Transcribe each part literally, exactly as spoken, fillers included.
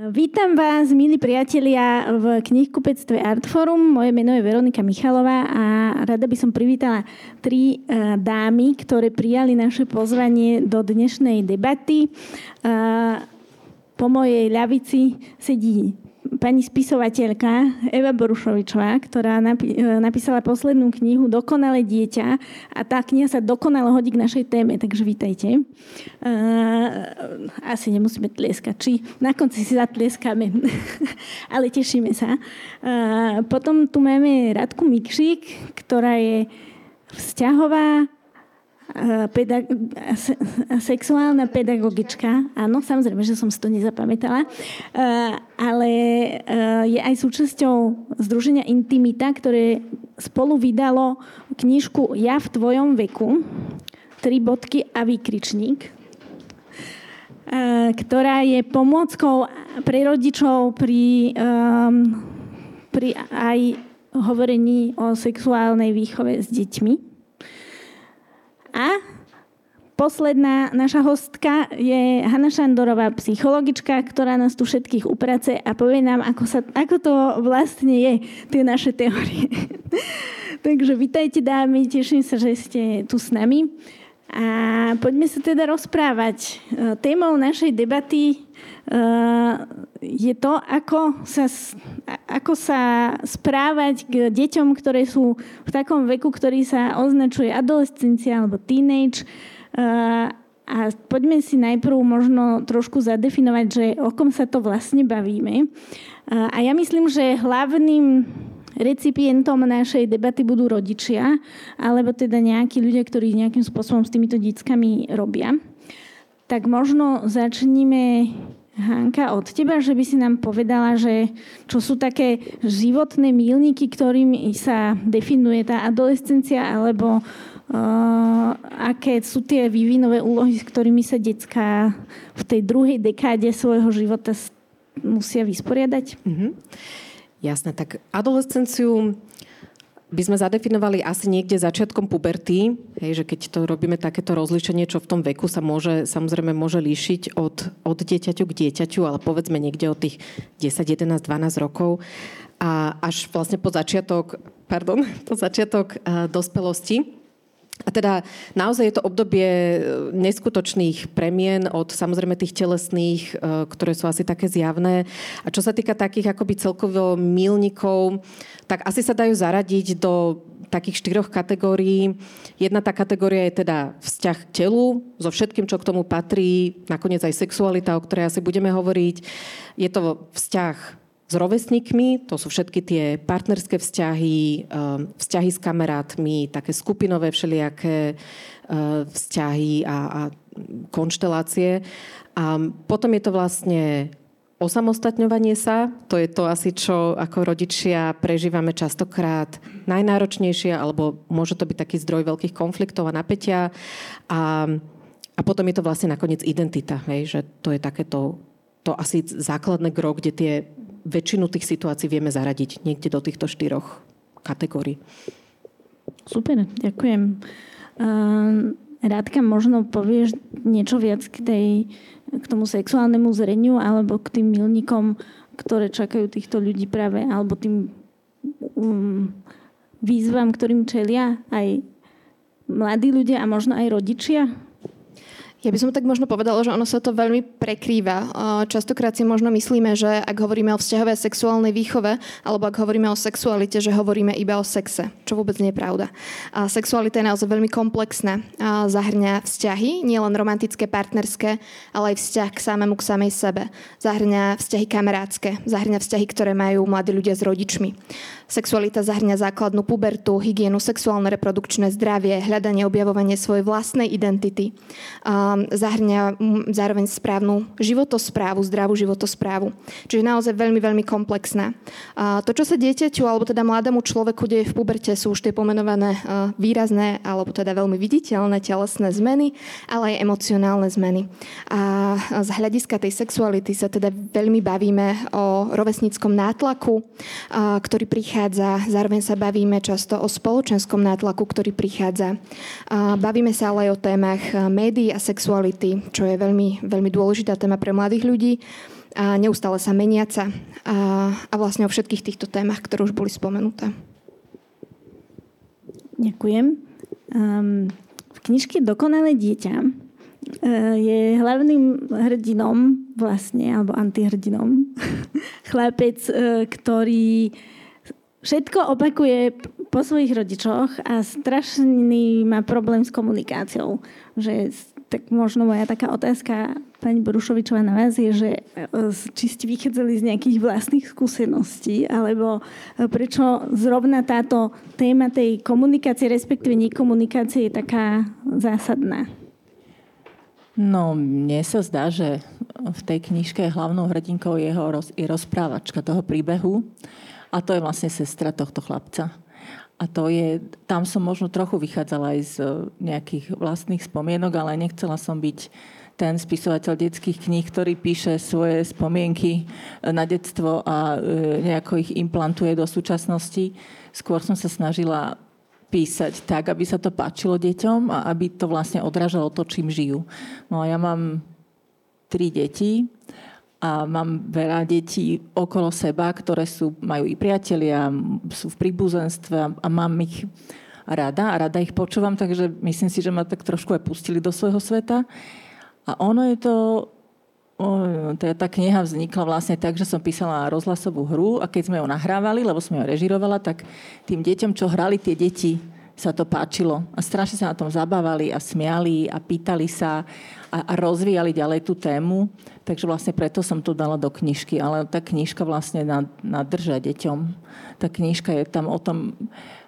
Vítam vás, milí priatelia, v knihkupectve Artforum. Moje meno je Veronika Michalová a rada by som privítala tri uh, dámy, ktoré prijali naše pozvanie do dnešnej debaty. Uh, po mojej ľavici sedí pani spisovateľka Eva Borušovičová, ktorá napi- napísala poslednú knihu Dokonalé dieťa a tá kniha sa dokonale hodí k našej téme, takže vítajte. Uh, asi nemusíme tlieskať, či na konci si zatlieskame, ale tešíme sa. Uh, potom tu máme Radku Mikšík, ktorá je vzťahová Pedag- sexuálna pedagogička. Áno, samozrejme, že som si to nezapamätala. Uh, ale uh, je aj súčasťou Združenia Intimita, ktoré spolu vydalo knižku Ja v tvojom veku, tri bodky a výkričník, uh, ktorá je pomôckou pre rodičov pri, um, pri aj hovorení o sexuálnej výchove s deťmi. A posledná naša hostka je Hana Šandorová, psychologička, ktorá nás tu všetkých uprace a povie nám, ako, sa, ako to vlastne je, tie naše teórie. Takže vitajte dámy, teším sa, že ste tu s nami. A poďme sa teda rozprávať. Témou našej debaty je to, ako sa, ako sa správať k deťom, ktoré sú v takom veku, ktorý sa označuje adolescencia alebo teenage. A poďme si najprv možno trošku zadefinovať, že o kom sa to vlastne bavíme. A ja myslím, že hlavným recipientom našej debaty budú rodičia, alebo teda nejakí ľudia, ktorí nejakým spôsobom s týmito deckami robia. Tak možno začníme, Hanka, od teba, že by si nám povedala, že čo sú také životné míľniky, ktorými sa definuje tá adolescencia, alebo uh, aké sú tie vývinové úlohy, s ktorými sa decká v tej druhej dekáde svojho života musia vysporiadať? Mm-hmm. Jasné, tak adolescenciu by sme zadefinovali asi niekde začiatkom puberty, hej, že keď to robíme takéto rozlíšenie, čo v tom veku sa môže, samozrejme môže líšiť od, od dieťaťu k dieťaťu, ale povedzme niekde od tých desať, jedenásť, dvanásť rokov a až vlastne po začiatok, pardon, po začiatok uh, dospelosti. A teda naozaj je to obdobie neskutočných premien od samozrejme tých telesných, ktoré sú asi také zjavné. A čo sa týka takých akoby celkovo míľnikov, tak asi sa dajú zaradiť do takých štyroch kategórií. Jedna tá kategória je teda vzťah k telu, so všetkým, čo k tomu patrí, nakoniec aj sexualita, o ktorej asi budeme hovoriť. Je to vzťah s rovesníkmi, to sú všetky tie partnerské vzťahy, vzťahy s kamarátmi, také skupinové všelijaké vzťahy a, a konštelácie. A potom je to vlastne osamostatňovanie sa, to je to asi, čo ako rodičia prežívame častokrát najnáročnejšie, alebo môže to byť taký zdroj veľkých konfliktov a napätia. A, a potom je to vlastne nakoniec identita, hej, že to je takéto, to asi základné gro, kde tie väčšinu tých situácií vieme zaradiť niekde do týchto štyroch kategórií. Super, ďakujem. Uh, Rádka, možno povieš niečo viac k, tej, k tomu sexuálnemu zreniu alebo k tým milníkom, ktoré čakajú týchto ľudí práve, alebo tým um, výzvam, ktorým čelia aj mladí ľudia a možno aj rodičia? Ja by som tak možno povedala, že ono sa to veľmi prekrýva. Častokrát si možno myslíme, že ak hovoríme o vzťahovej sexuálnej výchove, alebo ak hovoríme o sexualite, že hovoríme iba o sexe, čo vôbec nie je pravda. A sexualita je naozaj veľmi komplexná. A zahrňa vzťahy, nielen romantické, partnerské, ale aj vzťah k samému, k samej sebe. Zahrňa vzťahy kamarátske, zahrňa vzťahy, ktoré majú mladí ľudia s rodičmi. Sexualita zahrňa základnú pubertu, hygienu, sexuálne reprodukčné zdravie, hľadanie, objavovanie svojej vlastnej identity. Zahrňa zároveň správnu životosprávu, zdravú životosprávu. Čiže naozaj veľmi, veľmi komplexná. To, čo sa dieťaťu alebo teda mladému človeku deje v puberte, sú už tie pomenované výrazné alebo teda veľmi viditeľné telesné zmeny, ale aj emocionálne zmeny. A z hľadiska tej sexuality sa teda veľmi bavíme o rovesníckom nátlaku, ktorý prichádza prichádza. Zároveň sa bavíme často o spoločenskom nátlaku, ktorý prichádza. Bavíme sa ale aj o témach médií a sexuality, čo je veľmi, veľmi dôležitá téma pre mladých ľudí. a neustále sa meniaca a, a vlastne o všetkých týchto témach, ktoré už boli spomenuté. Ďakujem. Um, v knižke Dokonalé dieťa uh, je hlavným hrdinom vlastne, alebo antihrdinom chlapec, uh, ktorý všetko opakuje po svojich rodičoch a strašný má problém s komunikáciou. Že, tak možno moja taká otázka, pani Borušovičová, na vás je, že či ste vychádzali z nejakých vlastných skúseností, alebo prečo zrovna táto téma tej komunikácie, respektíve nekomunikácie je taká zásadná? No, mne sa zdá, že v tej knižke hlavnou hrdinkou jeho roz, je rozprávačka toho príbehu. A to je vlastne sestra tohto chlapca. A to je, tam som možno trochu vychádzala aj z nejakých vlastných spomienok, ale nechcela som byť ten spisovateľ detských kníh, ktorý píše svoje spomienky na detstvo a nejako ich implantuje do súčasnosti. Skôr som sa snažila písať tak, aby sa to páčilo deťom a aby to vlastne odrážalo to, čím žijú. No a ja mám tri deti a mám veľa detí okolo seba, ktoré sú, majú i priatelia, sú v príbuzenstve a mám ich rada a rada ich počúvam, takže myslím si, že ma tak trošku aj pustili do svojho sveta. A ono je to, tá kniha vznikla vlastne tak, že som písala rozhlasovú hru a keď sme ju nahrávali, lebo som ju režirovala, tak tým deťom, čo hrali tie deti, sa to páčilo. A strašne sa na tom zabávali a smiali a pýtali sa a, a rozvíjali ďalej tú tému. Takže vlastne preto som to dala do knižky. Ale tá knižka vlastne nadrža deťom. Tá knižka je tam o tom,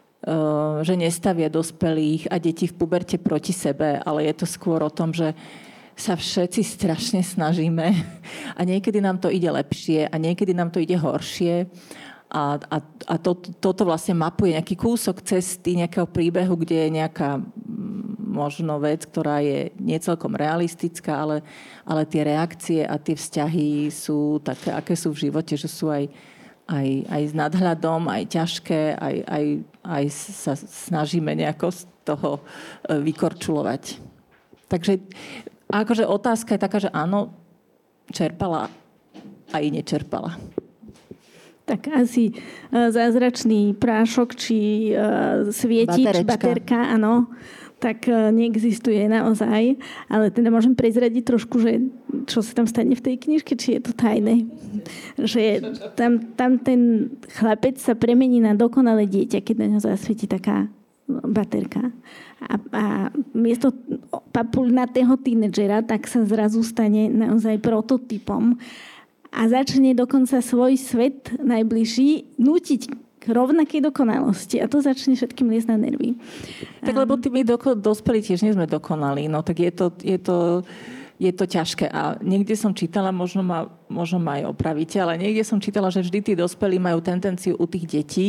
že nestavia dospelých a deti v puberte proti sebe, ale je to skôr o tom, že sa všetci strašne snažíme a niekedy nám to ide lepšie a niekedy nám to ide horšie. A, a, a to, toto vlastne mapuje nejaký kúsok cesty, nejakého príbehu, kde je nejaká možno vec, ktorá je niecelkom realistická, ale, ale tie reakcie a tie vzťahy sú také, aké sú v živote, že sú aj, aj, aj s nadhľadom, aj ťažké, aj, aj, aj sa snažíme nejako z toho vykorčulovať. Takže akože otázka je taká, že áno, čerpala aj nečerpala. Tak asi zázračný prášok, či uh, svietič, Baterečka. baterka, áno, tak uh, neexistuje naozaj. Ale teda môžem prezradiť trošku, že čo sa tam stane v tej knižke, či je to tajné. Že tam, tam ten chlapec sa premení na dokonalé dieťa, keď na ňo zasvieti taká baterka. A, a miesto papulnatého tínedžera, tak sa zrazu stane naozaj prototypom a začne dokonca svoj svet najbližší nútiť k rovnakej dokonalosti. A to začne všetkým liesť na nervy. Tak lebo tí my doko- dospelí tiež nie sme dokonalí. No tak je to, je to, je to ťažké. A niekde som čítala, možno ma, možno ma aj opravíte, ale niekde som čítala, že vždy tí dospelí majú tendenciu u tých detí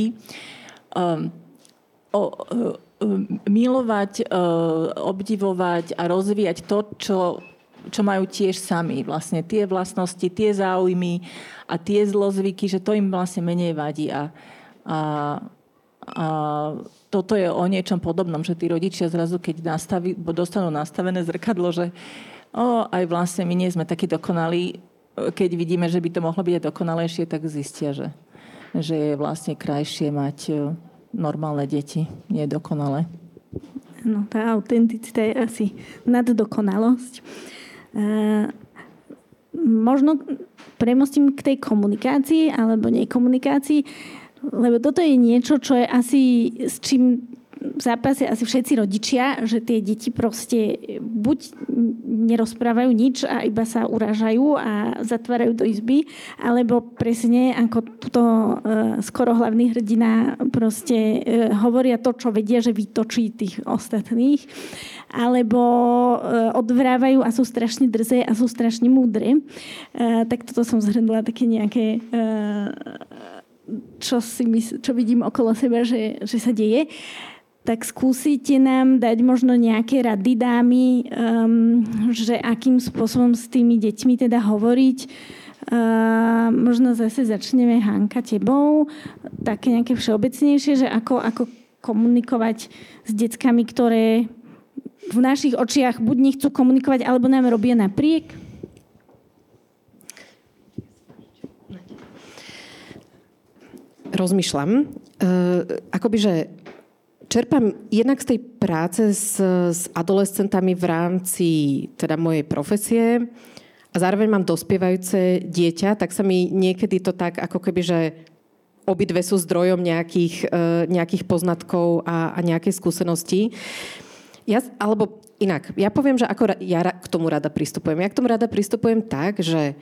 um, o, um, milovať, um, obdivovať a rozvíjať to, čo čo majú tiež sami. Vlastne tie vlastnosti, tie záujmy a tie zlozvyky, že to im vlastne menej vadí. A, a, a toto je o niečom podobnom, že tí rodičia zrazu, keď nastaví, dostanú nastavené zrkadlo, že o, aj vlastne my nie sme takí dokonalí, keď vidíme, že by to mohlo byť aj dokonalejšie, tak zistia, že, že je vlastne krajšie mať normálne deti, nie dokonalé. No, tá autenticita je asi naddokonalosť. Uh, možno premostím k tej komunikácii alebo nekomunikácii, lebo toto je niečo, čo je asi s čím zápasia asi všetci rodičia, že tie deti proste buď nerozprávajú nič a iba sa urážajú a zatvárajú do izby, alebo presne ako túto uh, skoro hlavný hrdina proste uh, hovoria to, čo vedia, že vytočí tých ostatných, alebo uh, odvrávajú a sú strašne drzé a sú strašne múdre. Uh, tak toto som zhrnula také nejaké uh, čo, si mysl, čo vidím okolo seba, že, že sa deje. Tak skúsite nám dať možno nejaké rady, dámy, um, že akým spôsobom s tými deťmi teda hovoriť. Uh, možno zase začneme, Hanka, tebou. Také nejaké všeobecnejšie, že ako, ako komunikovať s deckami, ktoré v našich očiach buď nechcú komunikovať, alebo nám robia napriek. rozmýšľam. Uh, akoby, že čerpám jednak z tej práce s, s adolescentami v rámci teda mojej profesie a zároveň mám dospievajúce dieťa, tak sa mi niekedy to tak, ako keby, že obidve sú zdrojom nejakých, uh, nejakých poznatkov a, a nejakej skúsenosti. Ja, alebo inak, ja poviem, že ako ja k tomu rada pristupujem. Ja k tomu rada pristupujem tak, že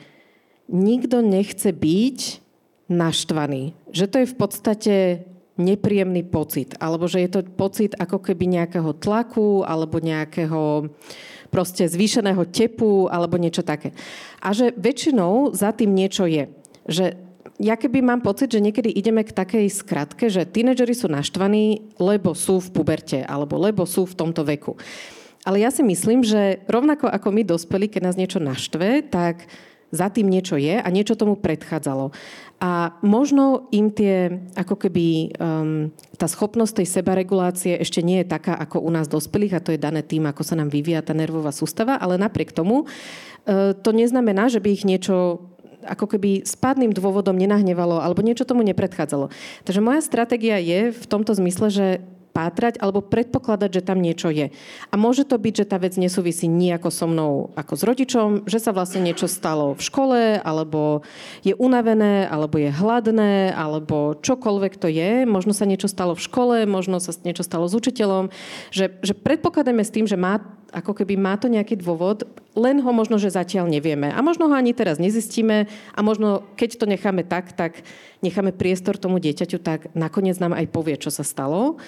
nikto nechce byť naštvaný. Že to je v podstate nepríjemný pocit. Alebo že je to pocit ako keby nejakého tlaku alebo nejakého proste zvýšeného tepu alebo niečo také. A že väčšinou za tým niečo je. Že ja keby mám pocit, že niekedy ideme k takej skratke, že tínedžeri sú naštvaní, lebo sú v puberte alebo lebo sú v tomto veku. Ale ja si myslím, že rovnako ako my dospelí, keď nás niečo naštve, tak za tým niečo je a niečo tomu predchádzalo. A možno im tie, ako keby um, tá schopnosť tej sebaregulácie ešte nie je taká ako u nás dospelých a to je dané tým, ako sa nám vyvíja tá nervová sústava, ale napriek tomu uh, to neznamená, že by ich niečo ako keby spádnym dôvodom nenahnevalo alebo niečo tomu nepredchádzalo. Takže moja stratégia je v tomto zmysle, že pátrať alebo predpokladať, že tam niečo je. A môže to byť, že tá vec nesúvisí nijako so mnou ako s rodičom, že sa vlastne niečo stalo v škole, alebo je unavené, alebo je hladné, alebo čokoľvek to je. Možno sa niečo stalo v škole, možno sa niečo stalo s učiteľom. Že, že predpokladáme s tým, že má, ako keby má to nejaký dôvod, len ho možno, že zatiaľ nevieme. A možno ho ani teraz nezistíme a možno, keď to necháme tak, tak necháme priestor tomu dieťaťu, tak nakoniec nám aj povie, čo sa stalo.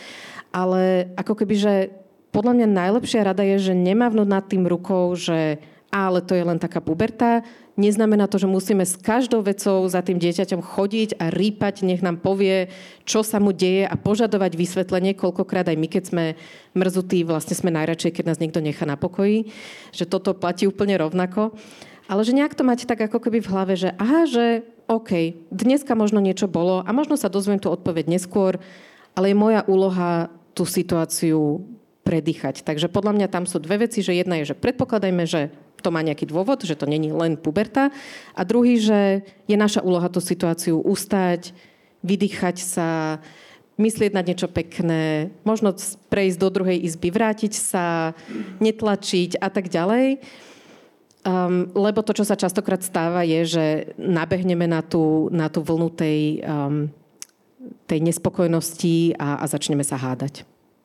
Ale ako keby, že podľa mňa najlepšia rada je, že nemávnuť nad tým rukou, že ale to je len taká puberta. Neznamená to, že musíme s každou vecou za tým dieťaťom chodiť a rýpať, nech nám povie, čo sa mu deje a požadovať vysvetlenie. Koľkokrát aj my, keď sme mrzutí, vlastne sme najradšej, keď nás niekto nechá na pokoji. Že toto platí úplne rovnako. Ale že nejak to mať tak ako keby v hlave, že aha, že OK, dneska možno niečo bolo a možno sa dozviem tú odpoveď neskôr, ale je moja úloha tú situáciu predýchať. Takže podľa mňa tam sú dve veci, že jedna je, že predpokladajme, že to má nejaký dôvod, že to není len puberta a druhý, že je naša úloha tú situáciu ustať, vydýchať sa, myslieť na niečo pekné, možno prejsť do druhej izby, vrátiť sa, netlačiť a tak ďalej. Um, lebo to, čo sa častokrát stáva, je, že nabehneme na tú, na tú vlnu tej, um, tej nespokojnosti a, a začneme sa hádať.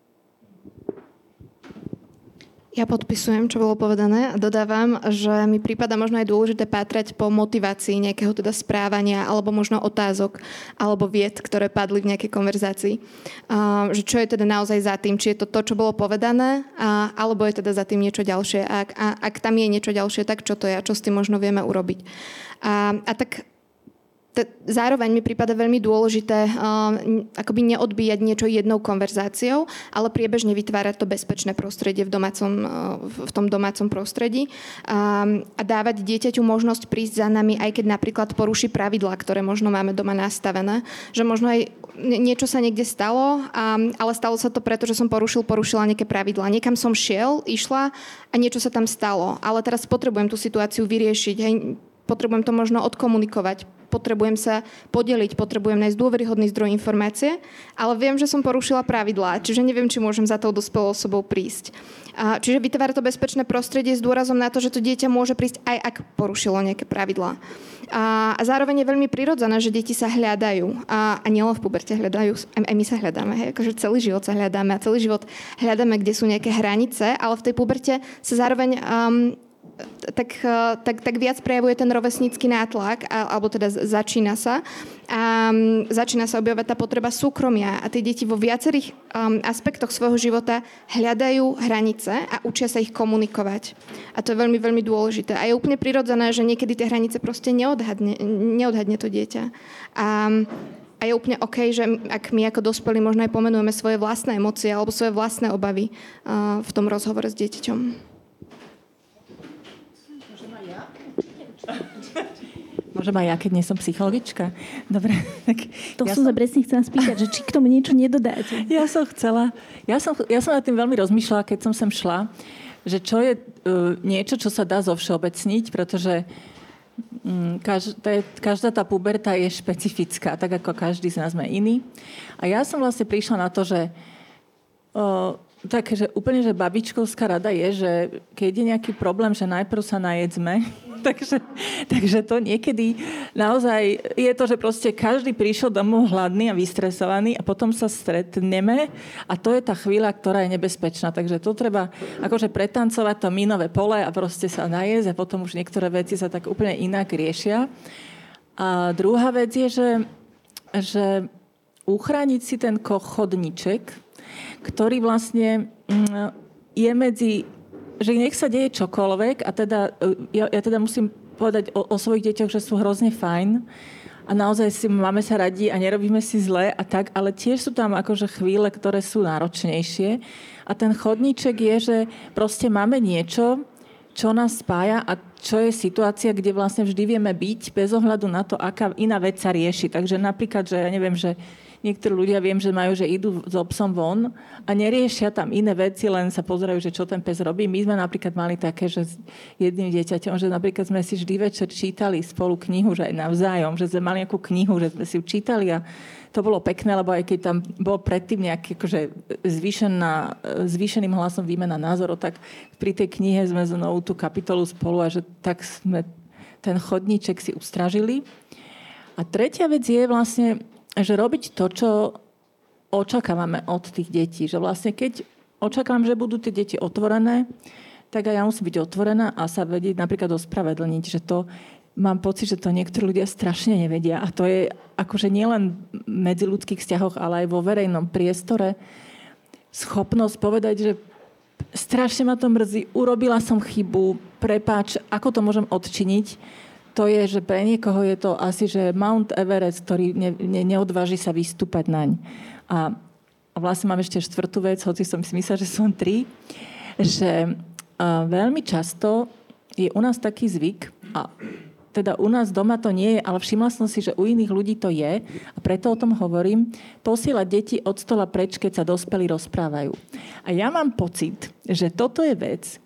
Ja podpisujem, čo bolo povedané a dodávam, že mi prípada možno aj dôležité pátrať po motivácii nejakého teda správania alebo možno otázok alebo vied, ktoré padli v nejakej konverzácii. Uh, že čo je teda naozaj za tým, či je to to, čo bolo povedané, a, alebo je teda za tým niečo ďalšie. A ak, a, ak tam je niečo ďalšie, tak čo to je a čo s tým možno vieme urobiť. A, a tak zároveň mi prípada veľmi dôležité um, akoby neodbíjať niečo jednou konverzáciou, ale priebežne vytvárať to bezpečné prostredie v, domácom, uh, v tom domácom prostredí um, a dávať dieťaťu možnosť prísť za nami, aj keď napríklad poruší pravidlá, ktoré možno máme doma nastavené. Že možno aj niečo sa niekde stalo, um, ale stalo sa to preto, že som porušil, porušila nejaké pravidlá. Niekam som šiel, išla a niečo sa tam stalo. Ale teraz potrebujem tú situáciu vyriešiť. Hej, potrebujem to možno odkomunikovať, potrebujem sa podeliť, potrebujem nájsť dôveryhodný zdroj informácie, ale viem, že som porušila pravidlá, čiže neviem, či môžem za tou dospelou osobou prísť. A čiže vytvára to bezpečné prostredie s dôrazom na to, že to dieťa môže prísť aj ak porušilo nejaké pravidlá. A, a zároveň je veľmi prirodzené, že deti sa hľadajú. A, a nielen v puberte hľadajú, aj my sa hľadáme, hej, akože celý život sa hľadáme a celý život hľadáme, kde sú nejaké hranice, ale v tej puberte sa zároveň um, Tak, tak, tak viac prejavuje ten rovesnícky nátlak, alebo teda začína sa. A začína sa objavovať tá potreba súkromia a tie deti vo viacerých um, aspektoch svojho života hľadajú hranice a učia sa ich komunikovať. A to je veľmi, veľmi dôležité. A je úplne prirodzené, že niekedy tie hranice proste neodhadne, neodhadne to dieťa. A A je úplne OK, že ak my ako dospelí možno aj pomenujeme svoje vlastné emócie alebo svoje vlastné obavy uh, v tom rozhovore s dieťaťom. Môžem aj ja, keď nie som psychologička. Dobre. Tak to ja som sa presne chcela spýtať, že či k tomu niečo nedodáte. Ja som chcela. Ja som, ja som nad tým veľmi rozmýšľala, keď som sem šla, že čo je uh, niečo, čo sa dá zovšeobecniť, pretože každá, každá tá puberta je špecifická, tak ako každý z nás sme iný. A ja som vlastne prišla na to, že o, tak, že úplne, že babičkovská rada je, že keď je nejaký problém, že najprv sa najedzme, takže, takže to niekedy naozaj je to, že proste každý prišiel domov hladný a vystresovaný a potom sa stretneme a to je tá chvíľa, ktorá je nebezpečná. Takže to treba akože pretancovať to mínové pole a proste sa najesť a potom už niektoré veci sa tak úplne inak riešia. A druhá vec je, že, že uchrániť si ten chodníček, ktorý vlastne je medzi, že nech sa deje čokoľvek a teda, ja, ja teda musím povedať o, o svojich deťoch, že sú hrozne fajn a naozaj si máme sa radi a nerobíme si zle a tak, ale tiež sú tam akože chvíle, ktoré sú náročnejšie a ten chodníček je, že proste máme niečo, čo nás spája a čo je situácia, kde vlastne vždy vieme byť bez ohľadu na to, aká iná vec sa rieši. Takže napríklad, že ja neviem, že niektorí ľudia viem, že majú, že idú s obsom von a neriešia tam iné veci, len sa pozerajú, že čo ten pes robí. My sme napríklad mali také, že s jedným dieťaťom, že napríklad sme si vždy večer čítali spolu knihu, že aj navzájom, že sme mali nejakú knihu, že sme si ju čítali a to bolo pekné, lebo aj keď tam bol predtým nejaký akože zvýšená, zvýšeným hlasom výmena názorov, tak pri tej knihe sme znovu tú kapitolu spolu a že tak sme ten chodníček si ustražili. A tretia vec je vlastne, že robiť to, čo očakávame od tých detí. Že vlastne keď očakávam, že budú tie deti otvorené, tak aj ja musím byť otvorená a sa vedieť napríklad ospravedlniť, že to mám pocit, že to niektorí ľudia strašne nevedia. A to je akože nielen v medziľudských vzťahoch, ale aj vo verejnom priestore schopnosť povedať, že strašne ma to mrzí, urobila som chybu, prepáč, ako to môžem odčiniť. To je, že pre niekoho je to asi, že Mount Everest, ktorý ne, ne, neodváži sa vystúpať naň. A, a vlastne mám ešte štvrtú vec, hoci som si myslela, že som tri, že a, veľmi často je u nás taký zvyk, a teda u nás doma to nie je, ale všimla som si, že u iných ľudí to je a preto o tom hovorím, posielať deti od stola preč, keď sa dospelí rozprávajú. A ja mám pocit, že toto je vec,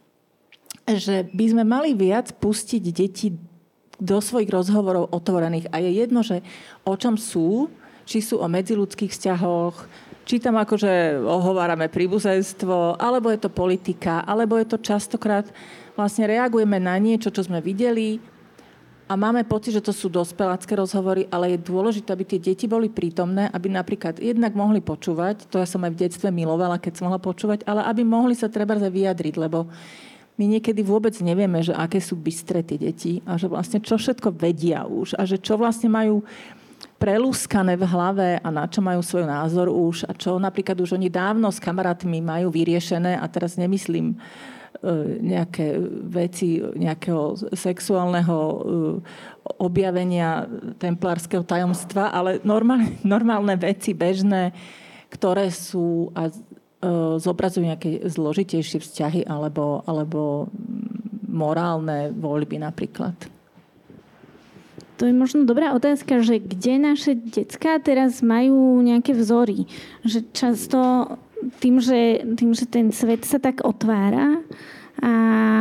že by sme mali viac pustiť deti do svojich rozhovorov otvorených. A je jedno, že o čom sú, či sú o medziľudských vzťahoch, či tam akože ohovárame príbuzenstvo, alebo je to politika, alebo je to častokrát vlastne reagujeme na niečo, čo sme videli, a máme pocit, že to sú dospelácké rozhovory, ale je dôležité, aby tie deti boli prítomné, aby napríklad jednak mohli počúvať, to ja som aj v detstve milovala, keď som mohla počúvať, ale aby mohli sa treba vyjadriť, lebo my niekedy vôbec nevieme, že aké sú bystré tie deti a že vlastne čo všetko vedia už a že čo vlastne majú prelúskané v hlave a na čo majú svoj názor už a čo napríklad už oni dávno s kamarátmi majú vyriešené a teraz nemyslím nejaké veci nejakého sexuálneho objavenia templárskeho tajomstva, ale normálne, normálne veci bežné, ktoré sú a zobrazujú nejaké zložitejšie vzťahy alebo, alebo morálne voľby napríklad. To je možno dobrá otázka, že kde naše decká teraz majú nejaké vzory. Že často tým, že, tým, že ten svet sa tak otvára a,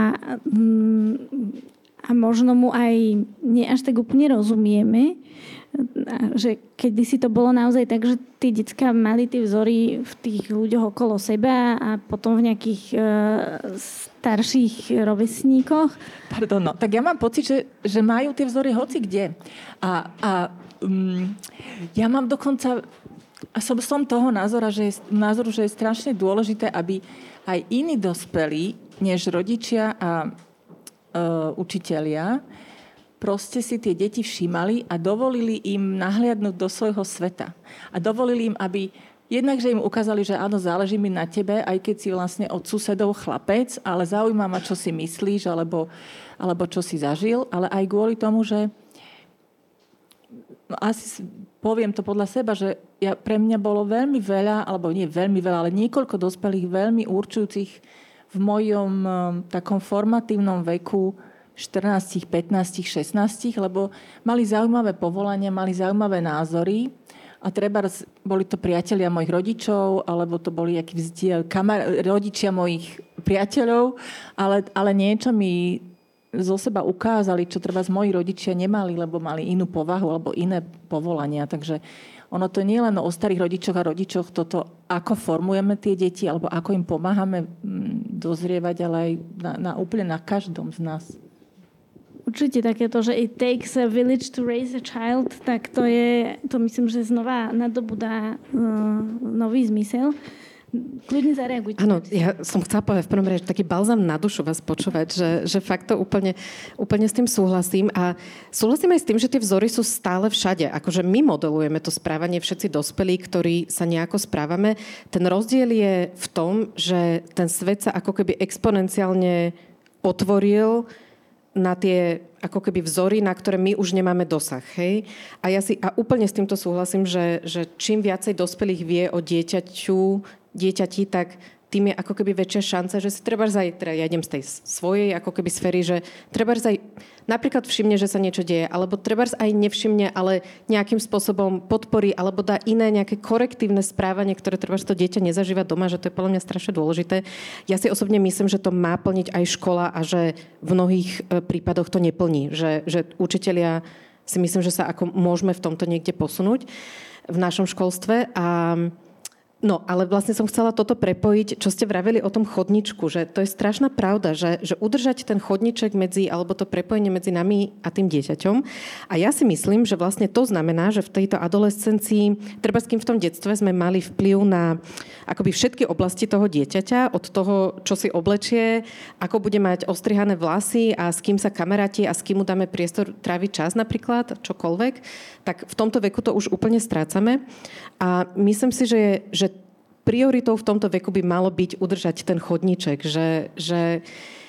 a možno mu aj nie až tak úplne rozumieme, že kedysi to bolo naozaj tak, že tí decká mali tie vzory v tých ľuďoch okolo seba a potom v nejakých uh, starších rovesníkoch. Pardon, no. Tak ja mám pocit, že, že majú tie vzory hoci kde. A, a um, ja mám dokonca a som, som toho názora, že je, názoru, že je strašne dôležité, aby aj iní dospelí, než rodičia a e, učitelia, proste si tie deti všímali a dovolili im nahliadnúť do svojho sveta. A dovolili im, aby jednak, že im ukázali, že áno, záleží mi na tebe, aj keď si vlastne od susedov chlapec, ale zaujíma ma, čo si myslíš, alebo, alebo čo si zažil, ale aj kvôli tomu, že no asi poviem to podľa seba, že ja, pre mňa bolo veľmi veľa, alebo nie veľmi veľa, ale niekoľko dospelých veľmi určujúcich v mojom um, takom formatívnom veku štrnásť, pätnásť, šestnásť, lebo mali zaujímavé povolania, mali zaujímavé názory a treba boli to priatelia mojich rodičov, alebo to boli akí vzdiel, kamar, rodičia mojich priateľov, ale, ale niečo mi zo seba ukázali, čo treba z moji rodičia nemali, lebo mali inú povahu alebo iné povolania. Takže ono to nie je len o starých rodičoch a rodičoch, toto, ako formujeme tie deti, alebo ako im pomáhame dozrievať, ale aj na, na, úplne na každom z nás. Určite takéto, že it takes a village to raise a child, tak to je, to myslím, že znova nadobudá uh, nový zmysel. Kľudne zareagujte. Áno, ja som chcela povedať v prvom rade, taký balzam na dušu vás počúvať, že, že fakt to úplne, úplne s tým súhlasím. A súhlasím aj s tým, že tie vzory sú stále všade. Akože my modelujeme to správanie všetci dospelí, ktorí sa nejako správame. Ten rozdiel je v tom, že ten svet sa ako keby exponenciálne otvoril na tie ako keby vzory, na ktoré my už nemáme dosah. Hej? A ja si a úplne s týmto súhlasím, že, že čím viacej dospelých vie o dieťaťu, dieťati, tak tým je ako keby väčšia šanca, že si trebárs aj, teda ja idem z tej svojej ako keby sféry, že trebárs aj napríklad všimne, že sa niečo deje, alebo trebárs aj nevšimne, ale nejakým spôsobom podporí, alebo dá iné nejaké korektívne správanie, ktoré trebárs to dieťa nezažíva doma, že to je podľa mňa strašne dôležité. Ja si osobne myslím, že to má plniť aj škola a že v mnohých prípadoch to neplní. Že, že učitelia si myslím, že sa ako môžeme v tomto niekde posunúť v našom školstve. A no, ale vlastne som chcela toto prepojiť, čo ste vraveli o tom chodničku, že to je strašná pravda, že, že udržať ten chodniček medzi, alebo to prepojenie medzi nami a tým dieťaťom. A ja si myslím, že vlastne to znamená, že v tejto adolescencii, treba s kým v tom detstve sme mali vplyv na akoby všetky oblasti toho dieťaťa, od toho, čo si oblečie, ako bude mať ostrihané vlasy a s kým sa kamaráti a s kým mu dáme priestor tráviť čas napríklad, čokoľvek, tak v tomto veku to už úplne strácame. A myslím si, že, že prioritou v tomto veku by malo byť udržať ten chodníček, že, že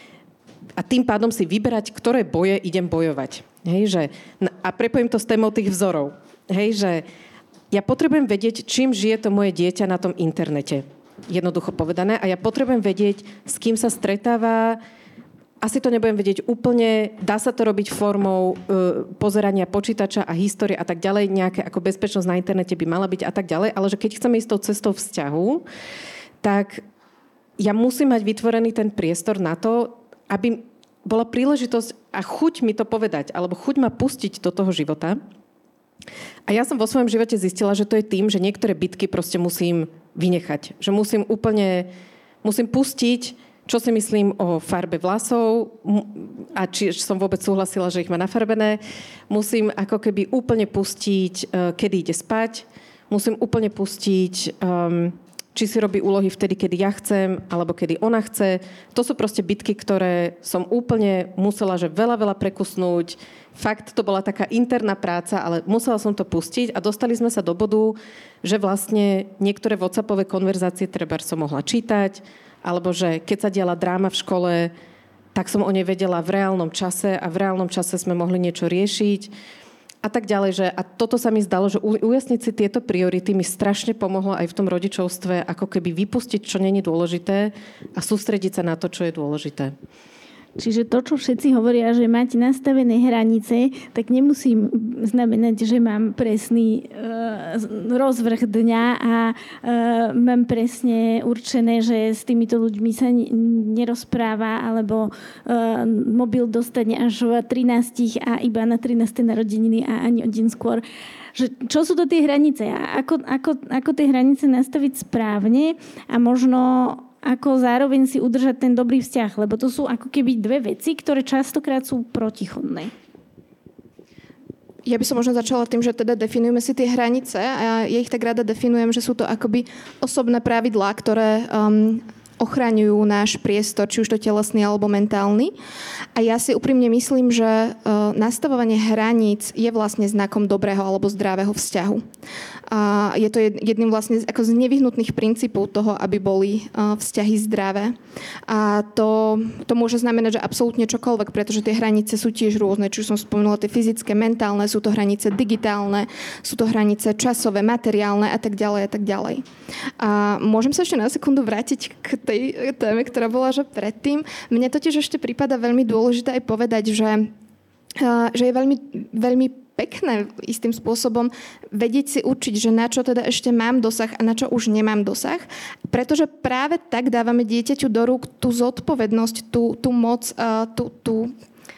a tým pádom si vyberať, ktoré boje idem bojovať. Hej, že, a prepojím to s témou tých vzorov. Hej, že ja potrebujem vedieť, čím žije to moje dieťa na tom internete. Jednoducho povedané. A ja potrebujem vedieť, s kým sa stretáva. Asi to nebudem vedieť úplne. Dá sa to robiť formou uh, pozerania počítača a histórie a tak ďalej. Nejaké ako bezpečnosť na internete by mala byť a tak ďalej. Ale že keď chceme ísť tou cestou vzťahu, tak ja musím mať vytvorený ten priestor na to, aby bola príležitosť a chuť mi to povedať, alebo chuť ma pustiť do toho života. A ja som vo svojom živote zistila, že to je tým, že niektoré bitky proste musím vynechať. Že musím úplne, musím pustiť, čo si myslím o farbe vlasov a či som vôbec súhlasila, že ich má nafarbené. Musím ako keby úplne pustiť, kedy ide spať. Musím úplne pustiť, um, či si robí úlohy vtedy, kedy ja chcem, alebo kedy ona chce. To sú proste bitky, ktoré som úplne musela, že veľa, veľa prekusnúť. Fakt, to bola taká interná práca, ale musela som to pustiť a dostali sme sa do bodu, že vlastne niektoré WhatsAppové konverzácie treba som mohla čítať, alebo že keď sa diala dráma v škole, tak som o nej vedela v reálnom čase a v reálnom čase sme mohli niečo riešiť a tak ďalej. Že, a toto sa mi zdalo, že ujasniť si tieto priority mi strašne pomohlo aj v tom rodičovstve, ako keby vypustiť, čo nie je dôležité a sústrediť sa na to, čo je dôležité. Čiže to, čo všetci hovoria, že máte nastavené hranice, tak nemusím znamenať, že mám presný uh, rozvrh dňa a uh, mám presne určené, že s týmito ľuďmi sa nerozpráva, alebo uh, mobil dostane až v trinástich a iba na trináste narodeniny a ani o deň skôr. Že, čo sú to tie hranice? A ako, ako, ako tie hranice nastaviť správne a možno ako zároveň si udržať ten dobrý vzťah, lebo to sú ako keby dve veci, ktoré častokrát sú protichodné. Ja by som možno začala tým, že teda definujeme si tie hranice a ja ich tak rada definujem, že sú to akoby osobné pravidlá, ktoré um, ochraňujú náš priestor, či už to telesný alebo mentálny. A ja si úprimne myslím, že uh, nastavovanie hraníc je vlastne znakom dobrého alebo zdravého vzťahu. A je to jedným vlastne ako z nevyhnutných princípov toho, aby boli uh, vzťahy zdravé. A to, to môže znamenať, že absolútne čokoľvek, pretože tie hranice sú tiež rôzne. Či už som spomenula tie fyzické, mentálne, sú to hranice digitálne, sú to hranice časové, materiálne a tak ďalej a tak ďalej. A môžem sa ešte na sekundu vrátiť k tej téme, ktorá bola že predtým. Mne totiž ešte prípada veľmi dôležité aj povedať, že, uh, že je veľmi, veľmi pekné istým spôsobom vedieť si určiť, že na čo teda ešte mám dosah a na čo už nemám dosah. Pretože práve tak dávame dieťaťu do rúk tú zodpovednosť, tú, tú moc, tú, tú,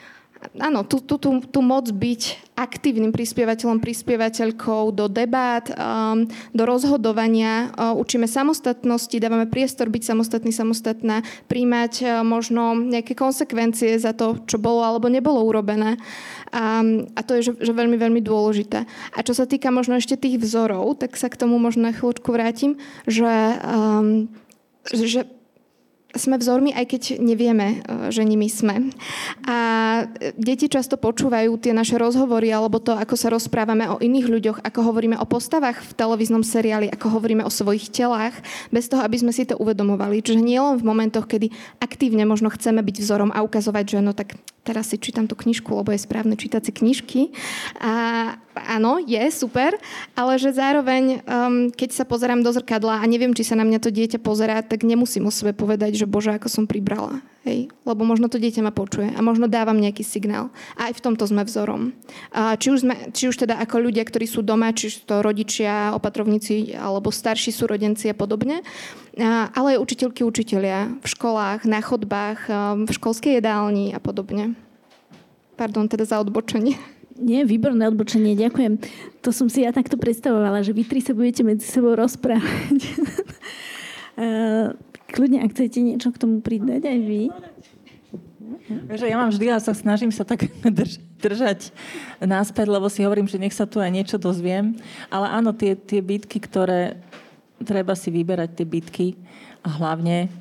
áno, tú, tú, tú, tú moc byť aktívnym prispievateľom, prispievateľkou do debát, um, do rozhodovania. Uh, učíme samostatnosti, dávame priestor byť samostatný, samostatná, príjmať uh, možno nejaké konsekvencie za to, čo bolo alebo nebolo urobené. Um, a to je že, že veľmi, veľmi dôležité. A čo sa týka možno ešte tých vzorov, tak sa k tomu možno na chvíľočku vrátim, že, um, že sme vzormi, aj keď nevieme, že nimi sme. A deti často počúvajú tie naše rozhovory alebo to, ako sa rozprávame o iných ľuďoch, ako hovoríme o postavách v televíznom seriáli, ako hovoríme o svojich telách, bez toho, aby sme si to uvedomovali. Čiže nie len v momentoch, kedy aktívne možno chceme byť vzorom a ukazovať, že no tak teraz si čítam tú knižku, lebo je správne čítať si knižky. A áno, je super, ale že zároveň, um, keď sa pozerám do zrkadla a neviem, či sa na mňa to dieťa pozerá, tak nemusím o sebe povedať, že bože, ako som pribrala. Hej? Lebo možno to dieťa ma počuje a možno dávam nejaký signál. A aj v tomto sme vzorom. A či, už sme, či už teda ako ľudia, ktorí sú doma, či to rodičia, opatrovníci alebo starší súrodenci a podobne, a, ale aj učiteľky, učitelia v školách, na chodbách, v školskej jedálni a podobne. Pardon teda za odbočenie. Nie, výborné odbočenie, ďakujem. To som si ja takto predstavovala, že vy tri sa budete medzi sebou rozprávať. Kľudne, ak chcete niečo k tomu pridať, aj vy. Ja mám vždy, ja sa snažím sa tak drž- držať náspäť, lebo si hovorím, že nech sa tu aj niečo dozviem. Ale áno, tie, tie bitky, ktoré treba si vyberať, tie bitky a hlavne...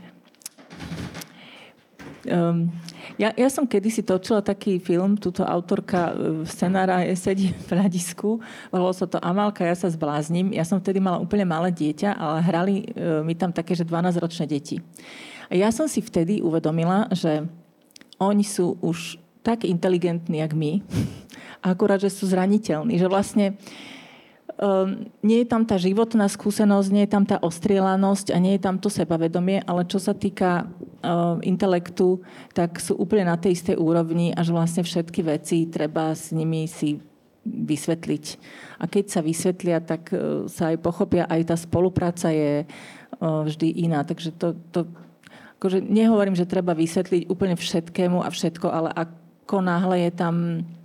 Um, ja, ja som kedysi točila taký film, túto autorka scenára sedí v hľadisku, volalo sa to Amálka, ja sa zblázním. Ja som vtedy mala úplne malé dieťa, ale hrali e, mi tam také, že dvanásťročné deti. A ja som si vtedy uvedomila, že oni sú už tak inteligentní, jak my, akurát, že sú zraniteľní, že vlastne Um, nie je tam tá životná skúsenosť, nie je tam tá ostrielanosť a nie je tam to sebavedomie, ale čo sa týka um, intelektu, tak sú úplne na tej istej úrovni a že vlastne všetky veci treba s nimi si vysvetliť. A keď sa vysvetlia, tak uh, sa aj pochopia, aj tá spolupráca je uh, vždy iná. Takže to, to akože nehovorím, že treba vysvetliť úplne všetkému a všetko, ale ako náhle je tam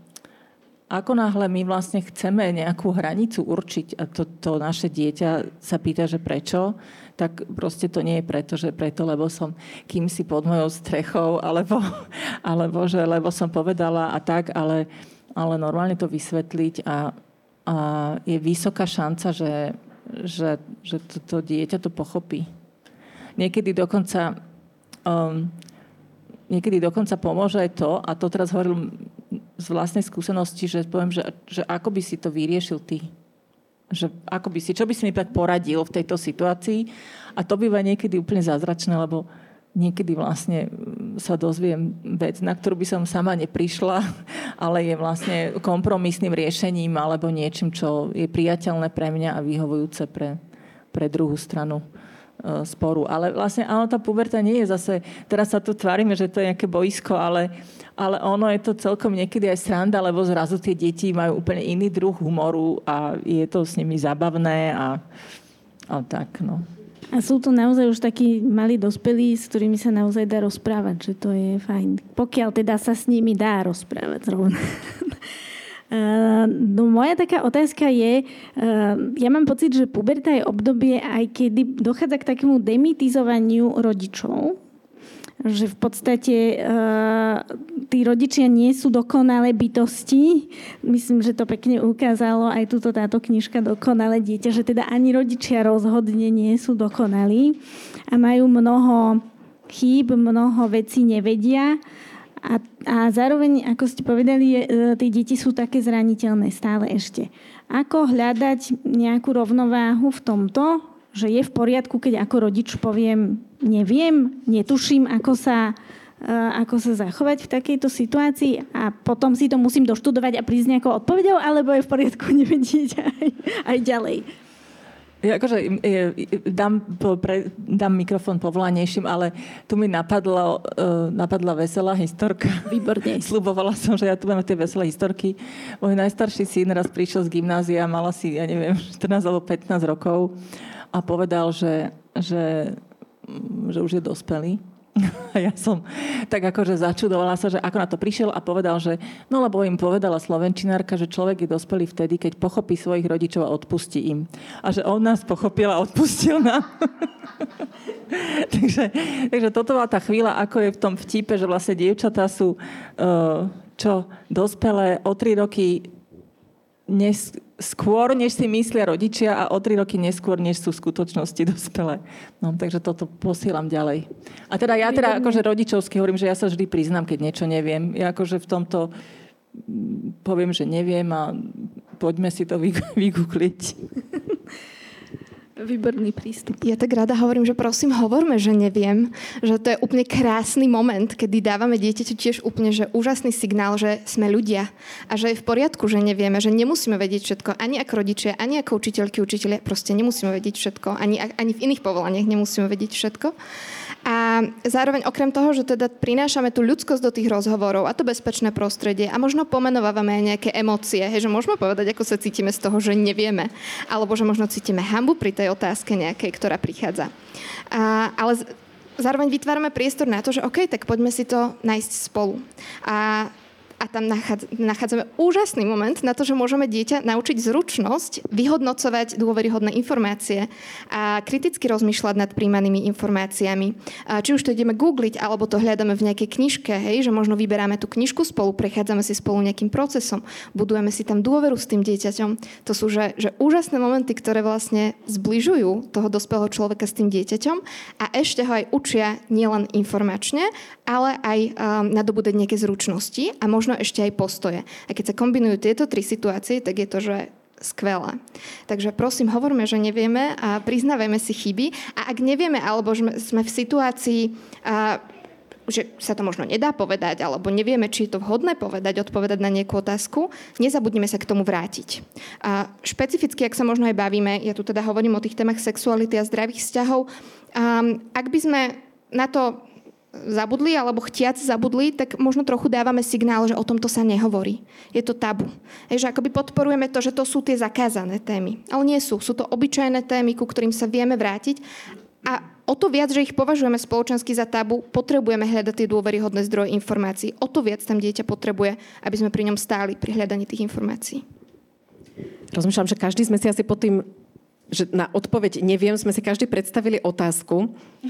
Ako náhle my vlastne chceme nejakú hranicu určiť a to, to naše dieťa sa pýta, že prečo, tak proste to nie je preto, že preto, lebo som kýmsi pod mojou strechou, alebo, alebo že lebo som povedala a tak, ale, ale normálne to vysvetliť a, a je vysoká šanca, že, že, že to, to dieťa to pochopí. Niekedy dokonca um, niekedy dokonca pomôže aj to, a to teraz hovoril z vlastnej skúsenosti, že poviem, že, že ako by si to vyriešil ty. Že ako by si, čo by si mi tak poradil v tejto situácii. A to býva niekedy úplne zázračné, lebo niekedy vlastne sa dozviem vec, na ktorú by som sama neprišla, ale je vlastne kompromisným riešením alebo niečím, čo je priateľné pre mňa a vyhovujúce pre, pre druhú stranu sporu. Ale vlastne áno, tá puberta nie je zase, teraz sa tu tvárime, že to je nejaké boisko, ale, ale ono je to celkom niekedy aj sranda, lebo zrazu tie deti majú úplne iný druh humoru a je to s nimi zábavné a, a tak, no. A sú to naozaj už takí malí dospelí, s ktorými sa naozaj dá rozprávať, že to je fajn. Pokiaľ teda sa s nimi dá rozprávať zrovna. No moja taká otázka je, ja mám pocit, že puberta je obdobie, aj kedy dochádza k takému demitizovaniu rodičov, že v podstate tí rodičia nie sú dokonalé bytosti. Myslím, že to pekne ukázalo aj túto táto knižka Dokonalé dieťa, že teda ani rodičia rozhodne nie sú dokonalí a majú mnoho chýb, mnoho vecí nevedia. A, a zároveň, ako ste povedali, tie deti sú také zraniteľné stále ešte. Ako hľadať nejakú rovnováhu v tomto, že je v poriadku, keď ako rodič poviem, neviem, netuším, ako sa, ako sa zachovať v takejto situácii a potom si to musím doštudovať a prísť nejakou odpoveďou, alebo je v poriadku nevedieť aj, aj ďalej. Ja akože dám, pre, dám mikrofón povolanejším, ale tu mi napadlo, napadla veselá historka. Výborne. Sľubovala som, že ja tu mám tie veselé historky. Môj najstarší syn raz prišiel z gymnázia, mal asi, ja neviem, štrnásť alebo pätnásť rokov a povedal, že, že, že už je dospelý A ja som tak akože začudovala sa, že ako na to prišiel a povedal, že no lebo im povedala slovenčinárka, že človek je dospelý vtedy, keď pochopí svojich rodičov a odpustí im. A že on nás pochopil a odpustil nám. takže, takže toto bola tá chvíľa, ako je v tom vtipe, že vlastne dievčatá sú uh, čo, dospelé o tri roky Nes, skôr, než si myslia rodičia a o tri roky neskôr, než sú v skutočnosti dospelé. No, takže toto posielam ďalej. A teda ja teda akože rodičovsky hovorím, že ja sa vždy priznám, keď niečo neviem. Ja akože v tomto poviem, že neviem a poďme si to vygoogliť. Výborný prístup. Ja tak rada hovorím, že prosím, hovorme, že neviem. Že to je úplne krásny moment, kedy dávame dieťaťu tiež úplne že úžasný signál, že sme ľudia a že je v poriadku, že nevieme, že nemusíme vedieť všetko. Ani ako rodičia, ani ako učiteľky, učitelia. Proste nemusíme vedieť všetko. Ani, ani v iných povolaniach nemusíme vedieť všetko. A zároveň okrem toho, že teda prinášame tú ľudskosť do tých rozhovorov a to bezpečné prostredie a možno pomenovávame aj nejaké emócie, hej, že môžeme povedať, ako sa cítime z toho, že nevieme. Alebo že možno cítime hanbu pri tej otázke nejakej, ktorá prichádza. A, ale z, zároveň vytvárame priestor na to, že OK, tak poďme si to nájsť spolu. A A tam nachádzame úžasný moment na to, že môžeme dieťa naučiť zručnosť vyhodnocovať dôveryhodné informácie a kriticky rozmýšľať nad príjmanými informáciami. A či už to ideme googliť, alebo to hľadáme v nejakej knižke, hej, že možno vyberáme tú knižku spolu, prechádzame si spolu nejakým procesom, budujeme si tam dôveru s tým dieťaťom. To sú že, že úžasné momenty, ktoré vlastne zbližujú toho dospelého človeka s tým dieťaťom a ešte ho aj učia nielen informačne, ale aj um, nadobúdať nejaké zručnosti a možno ešte aj postoje. A keď sa kombinujú tieto tri situácie, tak je to, že skvelé. Takže prosím, hovorme, že nevieme a priznávajme si chyby. A ak nevieme, alebo sme v situácii, a, že sa to možno nedá povedať, alebo nevieme, či je to vhodné povedať, odpovedať na nejakú otázku, nezabudnime sa k tomu vrátiť. A špecificky, ak sa možno aj bavíme, ja tu teda hovorím o tých témach sexuality a zdravých vzťahov, um, ak by sme na to zabudli, alebo chtiac zabudli, tak možno trochu dávame signál, že o tomto sa nehovorí. Je to tabu. Je, že akoby podporujeme to, že to sú tie zakázané témy. Ale nie sú. Sú to obyčajné témy, ku ktorým sa vieme vrátiť. A o to viac, že ich považujeme spoločensky za tabu, potrebujeme hľadať tie dôveryhodné zdroje informácií. O to viac tam dieťa potrebuje, aby sme pri ňom stáli pri hľadaní tých informácií. Rozmýšľam, že každý sme si asi pod tým, že na odpoveď neviem, sme si každý predstavili otázku.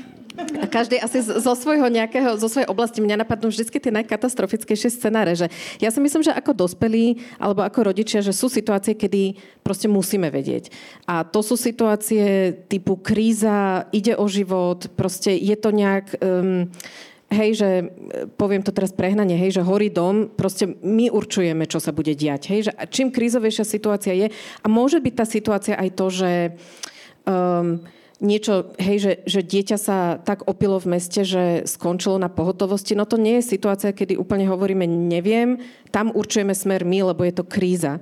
A každý asi zo svojho nejakého, zo svojej oblasti mňa napadnú vždycky tie najkatastrofickejšie scenáre, že ja si myslím, že ako dospelí alebo ako rodičia, že sú situácie, kedy proste musíme vedieť. A to sú situácie typu kríza, ide o život, proste je to nejak... Um, hej, že poviem to teraz prehnanie, hej, že horí dom, proste my určujeme, čo sa bude diať. Hej, že čím krízovejšia situácia je, a môže byť tá situácia aj to, že um, niečo, hej, že, že dieťa sa tak opilo v meste, že skončilo na pohotovosti, no to nie je situácia, kedy úplne hovoríme neviem, tam určujeme smer my, lebo je to kríza.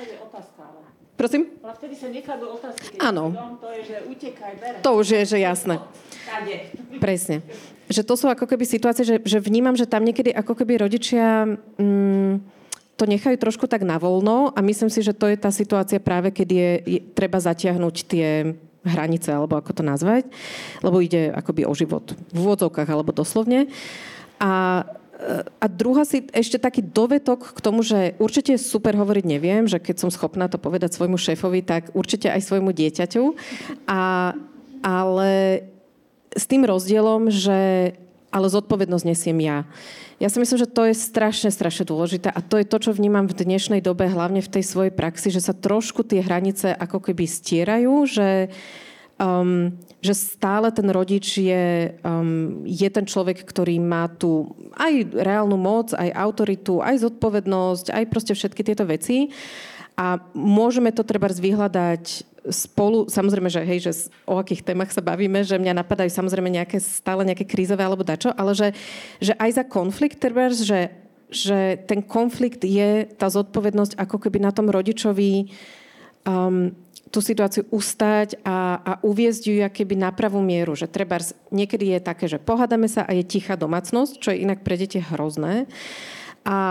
Prosím? Ale vtedy sa nekladú otázky. Áno. To je, že utekaj, bere. To už je, že jasné. Presne. Že to sú ako keby situácie, že, že vnímam, že tam niekedy ako keby rodičia mm, to nechajú trošku tak na voľno a myslím si, že to je tá situácia práve, keď je, je treba zatiahnuť tie hranice, alebo ako to nazvať, lebo ide akoby o život v úvodzovkách alebo doslovne. A A druhá si ešte taký dovetok k tomu, že určite je super hovoriť neviem, že keď som schopná to povedať svojmu šéfovi, tak určite aj svojmu dieťaťu. A, ale s tým rozdielom, že ale zodpovednosť nesiem ja. Ja si myslím, že to je strašne, strašne dôležité a to je to, čo vnímam v dnešnej dobe, hlavne v tej svojej praxi, že sa trošku tie hranice ako keby stierajú, že Um, že stále ten rodič je, um, je ten človek, ktorý má tu aj reálnu moc, aj autoritu, aj zodpovednosť, aj proste všetky tieto veci. A môžeme to treba vyhľadať spolu, samozrejme, že hej, že o akých témach sa bavíme, že mňa napadajú samozrejme nejaké, stále nejaké krízové alebo dačo, ale že, že aj za konflikt treba, že, že ten konflikt je tá zodpovednosť ako keby na tom rodičovi um, tú situáciu ustať a, a uviesť ju keby na pravú mieru. Že treba, niekedy je také, že pohádame sa a je tichá domácnosť, čo je inak pre deti hrozné. A,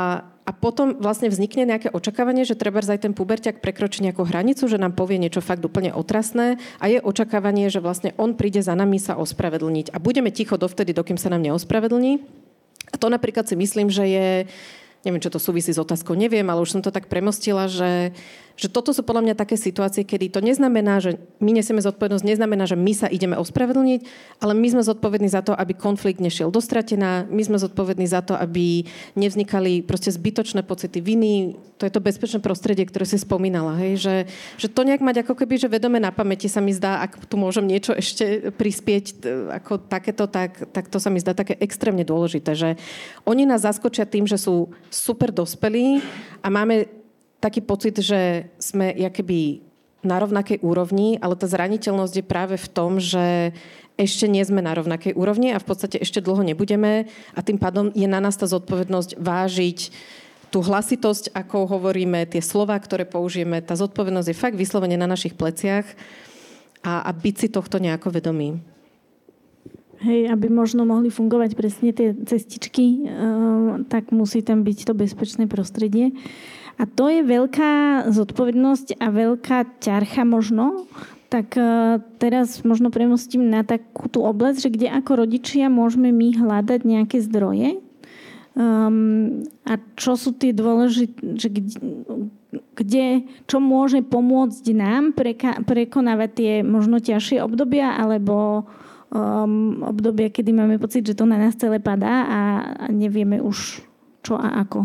a potom vlastne vznikne nejaké očakávanie, že treba aj ten puberťak prekročí nejakú hranicu, že nám povie niečo fakt úplne otrasné a je očakávanie, že vlastne on príde za nami sa ospravedlniť a budeme ticho dovtedy, dokým sa nám neospravedlní. A to napríklad si myslím, že je, neviem, čo to súvisí s otázkou, neviem, ale už som to tak premostila, že, že toto sú podľa mňa také situácie, kedy to neznamená, že my nesieme zodpovednosť, neznamená, že my sa ideme ospravedlniť, ale my sme zodpovední za to, aby konflikt nešiel dostratená, my sme zodpovední za to, aby nevznikali proste zbytočné pocity viny. To je to bezpečné prostredie, ktoré si spomínala, hej? Že, že to nejak mať ako keby, že vedome na pamäti sa mi zdá, ak tu môžem niečo ešte prispieť ako takéto, tak, tak to sa mi zdá také extrémne dôležité, že oni nás zaskočia tým, že sú super dospelí a máme taký pocit, že sme jakoby na rovnakej úrovni, ale tá zraniteľnosť je práve v tom, že ešte nie sme na rovnakej úrovni a v podstate ešte dlho nebudeme a tým pádom je na nás tá zodpovednosť vážiť tú hlasitosť, ako hovoríme, tie slová, ktoré použijeme, tá zodpovednosť je fakt vyslovene na našich pleciach a, a byť si tohto nejako vedomí. Hej, aby možno mohli fungovať presne tie cestičky, tak musí tam byť to bezpečné prostredie. A to je veľká zodpovednosť a veľká ťarcha možno. Tak teraz možno premostím na takú tú oblasť, že kde ako rodičia môžeme my hľadať nejaké zdroje. Um, a čo sú tie dôležité, že kde, kde, čo môže pomôcť nám preka, prekonávať tie možno ťažšie obdobia, alebo um, obdobia, kedy máme pocit, že to na nás celé padá a, a nevieme už čo a ako.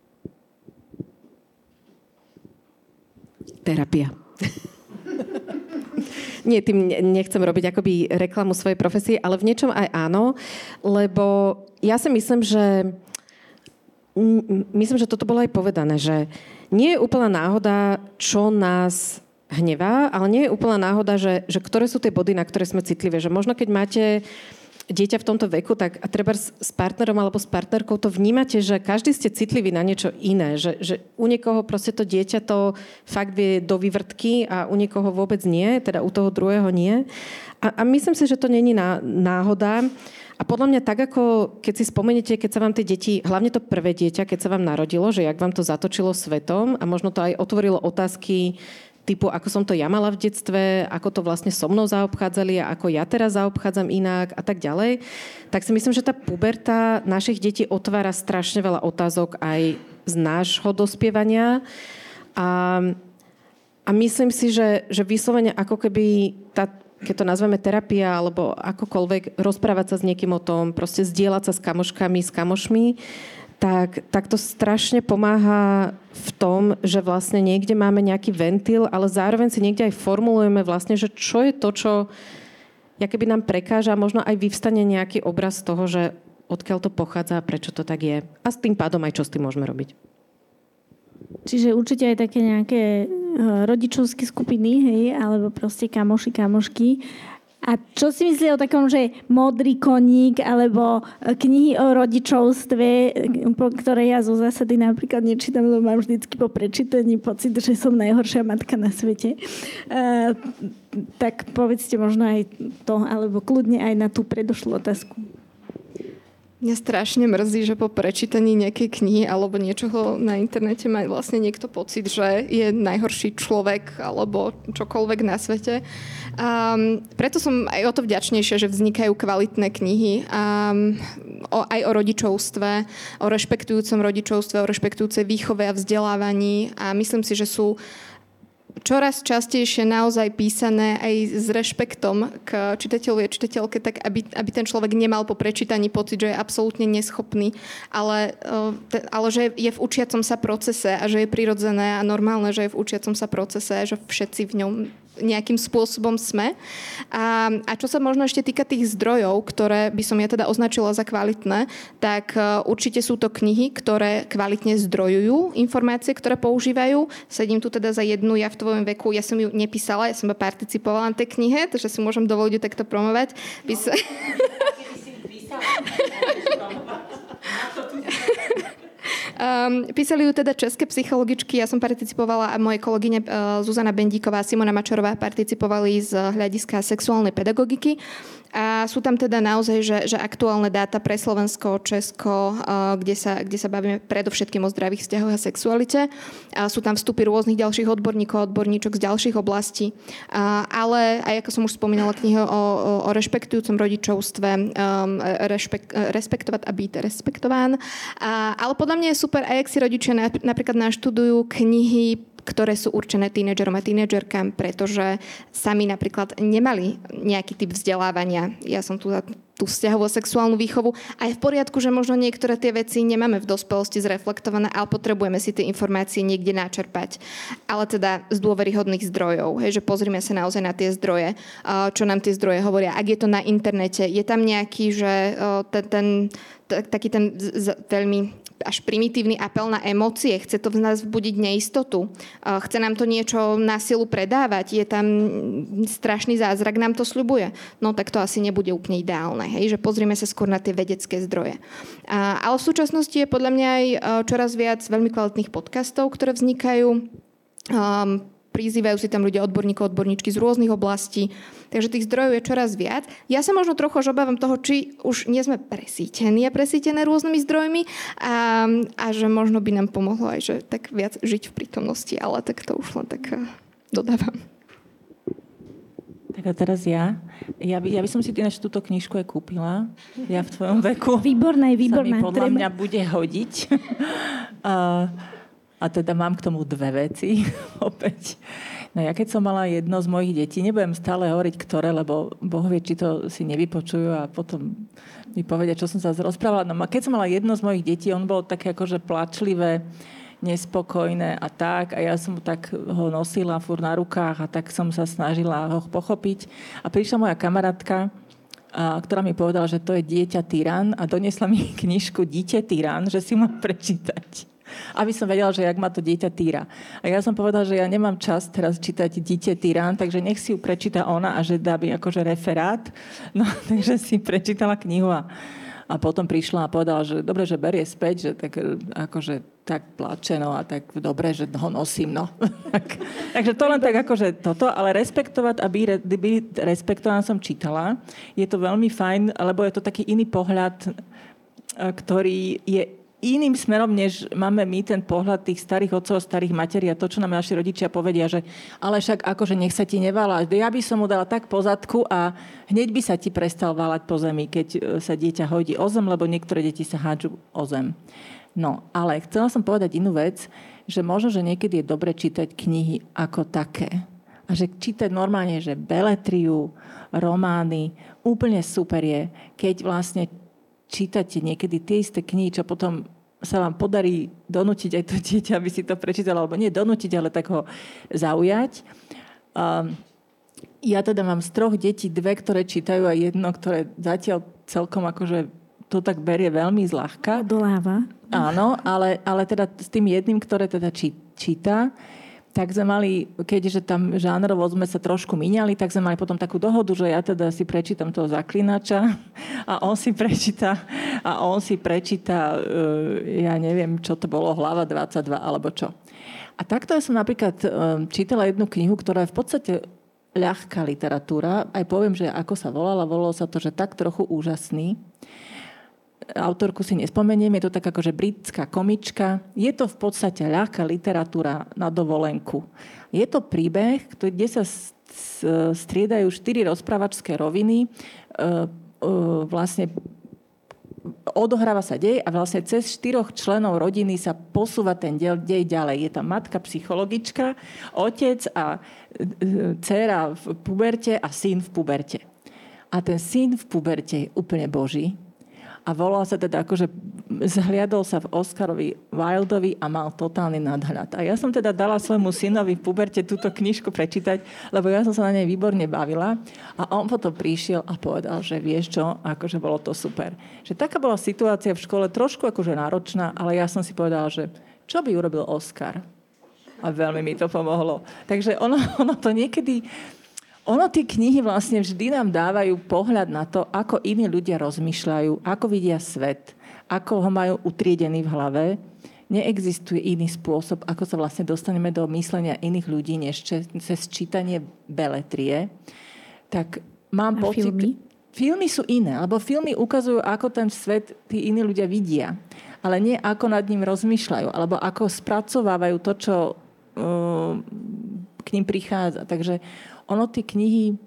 Terapia. Nie, tým nechcem robiť akoby reklamu svojej profesie, ale v niečom aj áno, lebo ja si myslím, že myslím, že toto bolo aj povedané, že nie je úplná náhoda, čo nás hnevá, ale nie je úplná náhoda, že, že ktoré sú tie body, na ktoré sme citlivé. Že možno keď máte dieťa v tomto veku, tak a treba s, s partnerom alebo s partnerkou to vnímate, že každý ste citliví na niečo iné. Že, že u niekoho proste to dieťa to fakt vie do vývrtky a u niekoho vôbec nie, teda u toho druhého nie. A, a myslím si, že to není ná, náhoda. A podľa mňa tak, ako keď si spomeniete, keď sa vám tie deti, hlavne to prvé dieťa, keď sa vám narodilo, že jak vám to zatočilo svetom a možno to aj otvorilo otázky typu, ako som to ja mala v detstve, ako to vlastne so mnou zaobchádzali a ako ja teraz zaobchádzam inak a tak ďalej, tak si myslím, že tá puberta našich detí otvára strašne veľa otázok aj z nášho dospievania a, a myslím si, že, že vyslovene ako keby tá, keď to nazveme terapia alebo akokoľvek, rozprávať sa s niekým o tom, proste zdieľať sa s kamoškami, s kamošmi, tak, tak to strašne pomáha v tom, že vlastne niekde máme nejaký ventil, ale zároveň si niekde aj formulujeme vlastne, že čo je to, čo keby nám prekáža a možno aj vyvstane nejaký obraz toho, že odkiaľ to pochádza a prečo to tak je. A s tým pádom aj čo s tým môžeme robiť. Čiže určite aj také nejaké rodičovské skupiny, hej, alebo proste kamoši, kamošky. A čo si myslíte o takom, že Modrý koník alebo knihy o rodičovstve, ktoré ja zo zásady napríklad nečítam, lebo mám vždycky po prečítaní pocit, že som najhoršia matka na svete. Uh, tak povedzte možno aj to, alebo kľudne aj na tú predošlú otázku. Mňa strašne mrzí, že po prečítaní nejakej knihy alebo niečoho na internete má vlastne niekto pocit, že je najhorší človek alebo čokoľvek na svete. Um, preto som aj o to vďačnejšia, že vznikajú kvalitné knihy um, o, aj o rodičovstve, o rešpektujúcom rodičovstve, o rešpektujúcej výchove a vzdelávaní a myslím si, že sú čoraz častejšie naozaj písané aj s rešpektom k čitateľovi a čitateľke, tak aby, aby ten človek nemal po prečítaní pocit, že je absolútne neschopný, ale, ale že je v učiacom sa procese a že je prirodzené a normálne, že je v učiacom sa procese, že všetci v ňom nejakým spôsobom sme. A, a čo sa možno ešte týka tých zdrojov, ktoré by som ja teda označila za kvalitné, tak určite sú to knihy, ktoré kvalitne zdrojujú informácie, ktoré používajú. Sedím tu teda za jednu, ja v tvojom veku, ja som ju nepísala, ja som iba participovala na tej knihe, takže si môžem dovoliť ju takto promovať. By sa... Um, písali ju teda české psychologičky, ja som participovala a moje kolegyne uh, Zuzana Bendíková a Simona Mačarová participovali z hľadiska sexuálnej pedagogiky. A sú tam teda naozaj, že, že aktuálne dáta pre Slovensko, Česko, kde sa, kde sa bavíme predovšetkým o zdravých vzťahoch a sexualite. A sú tam vstupy rôznych ďalších odborníkov, odborníčok z ďalších oblastí. A, ale, aj ako som už spomínala, knihu o, o, o rešpektujúcom rodičovstve, um, rešpekt, respektovať a byť respektován. A, ale podľa mňa je super, aj ak si rodičia napríklad naštudujú knihy, ktoré sú určené tínedžerom a tínedžerkám, pretože sami napríklad nemali nejaký typ vzdelávania. Ja som tu za tú vzťahovú sexuálnu výchovu a je v poriadku, že možno niektoré tie veci nemáme v dospelosti zreflektované, ale potrebujeme si tie informácie niekde načerpať. Ale teda z dôveryhodných zdrojov, hej, že pozrime sa naozaj na tie zdroje, čo nám tie zdroje hovoria. Ak je to na internete, je tam nejaký, že ten, ten taký ten veľmi až primitívny apel na emócie. Chce to v nás vbudiť neistotu. Chce nám to niečo na silu predávať. Je tam strašný zázrak, nám to sľubuje. No tak to asi nebude úplne ideálne. Hej? Že pozrieme sa skôr na tie vedecké zdroje. A, ale v súčasnosti je podľa mňa aj čoraz viac veľmi kvalitných podcastov, ktoré vznikajú. Um, Prizývajú si tam ľudia, odborníkov, odborníčky z rôznych oblastí. Takže tých zdrojov je čoraz viac. Ja sa možno trochu už obávam toho, či už nie sme presýtení a presýtené rôznymi zdrojmi a, a že možno by nám pomohlo aj, že tak viac žiť v prítomnosti, ale tak to už len tak dodávam. Tak a teraz ja. Ja by, ja by som si ináč túto knižku aj kúpila. Ja v tvojom veku. Výborné, výborné. Sa mi podľa Treba... mňa bude hodiť. uh, A teda mám k tomu dve veci opäť. No ja keď som mala jedno z mojich detí, nebudem stále hovoriť ktoré, lebo Boh vie, či to si nevypočujú a potom mi povedia, čo som sa rozprávala. No keď som mala jedno z mojich detí, on bol také akože plačlivé, nespokojné a tak. A ja som tak ho nosila furt na rukách a tak som sa snažila ho pochopiť. A prišla moja kamarátka, a, ktorá mi povedala, že to je dieťa tyran a donesla mi knižku Dieťa tyran, že si mám prečítať. Aby som vedela, že jak ma to dieťa týra. A ja som povedala, že ja nemám čas teraz čítať Dieťa tyrán, takže nech si ju prečíta ona a že dá mi akože referát. No, takže si prečítala knihu a, a potom prišla a povedala, že dobre, že berie späť, že tak akože tak plače, no a tak dobre, že ho nosím, no. tak, takže to len tak akože toto, ale respektovať a byť by respektovaná som čítala. Je to veľmi fajn, lebo je to taký iný pohľad, ktorý je iným smerom, než máme my ten pohľad tých starých otcov, starých materí a to, čo nám naši rodičia povedia, že ale však akože nech sa ti nevála. Ja by som mu dala tak po zadku a hneď by sa ti prestal válať po zemi, keď sa dieťa hodí o zem, lebo niektoré deti sa hádžu o zem. No, ale chcela som povedať inú vec, že možno, že niekedy je dobre čítať knihy ako také. A že čítať normálne, že beletriu, romány, úplne super je, keď vlastne čítate niekedy tie isté knihy, čo potom sa vám podarí donútiť aj to dieťa, aby si to prečítalo, alebo nie donútiť, ale tak ho zaujať. Um, ja teda mám z troch detí dve, ktoré čítajú a jedno, ktoré zatiaľ celkom akože to tak berie veľmi zľahka. Doláva. Áno, ale, ale teda s tým jedným, ktoré teda či, číta, tak sme mali, keďže tam žánrovo sme sa trošku míňali, tak sme mali potom takú dohodu, že ja teda si prečítam toho Zaklinača a on si prečíta a on si prečíta, ja neviem, čo to bolo, hlava dvadsaťdva alebo čo. A takto ja som napríklad čítala jednu knihu, ktorá je v podstate ľahká literatúra. Aj poviem, že ako sa volala, volalo sa to, že tak trochu úžasný. Autorku si nespomeniem, je to tak akože britská komička. Je to v podstate ľahká literatúra na dovolenku. Je to príbeh, kde sa striedajú štyri rozprávačské roviny. Vlastne odohráva sa dej a vlastne cez štyroch členov rodiny sa posúva ten dej ďalej. Je tam matka psychologička, otec a dcéra v puberte a syn v puberte. A ten syn v puberte je úplne boží. A volal sa teda, akože zhliadol sa v Oscarovi Wildovi a mal totálny nadhľad. A ja som teda dala svojmu synovi v puberte túto knižku prečítať, lebo ja som sa na nej výborne bavila. A on potom prišiel a povedal, že vieš čo, akože bolo to super. Že taká bola situácia v škole trošku akože náročná, ale ja som si povedala, že čo by urobil Oscar? A veľmi mi to pomohlo. Takže ono, ono to niekedy... Ono, tie knihy vlastne vždy nám dávajú pohľad na to, ako iní ľudia rozmýšľajú, ako vidia svet, ako ho majú utriedený v hlave. neexistuje iný spôsob, ako sa vlastne dostaneme do myslenia iných ľudí, než cez čítanie beletrie, tak mám A pocit... filmy? Filmy sú iné, lebo filmy ukazujú, ako ten svet tí iní ľudia vidia, ale nie ako nad ním rozmýšľajú, alebo ako spracovávajú to, čo uh, k ním prichádza. Takže ono, tie knihy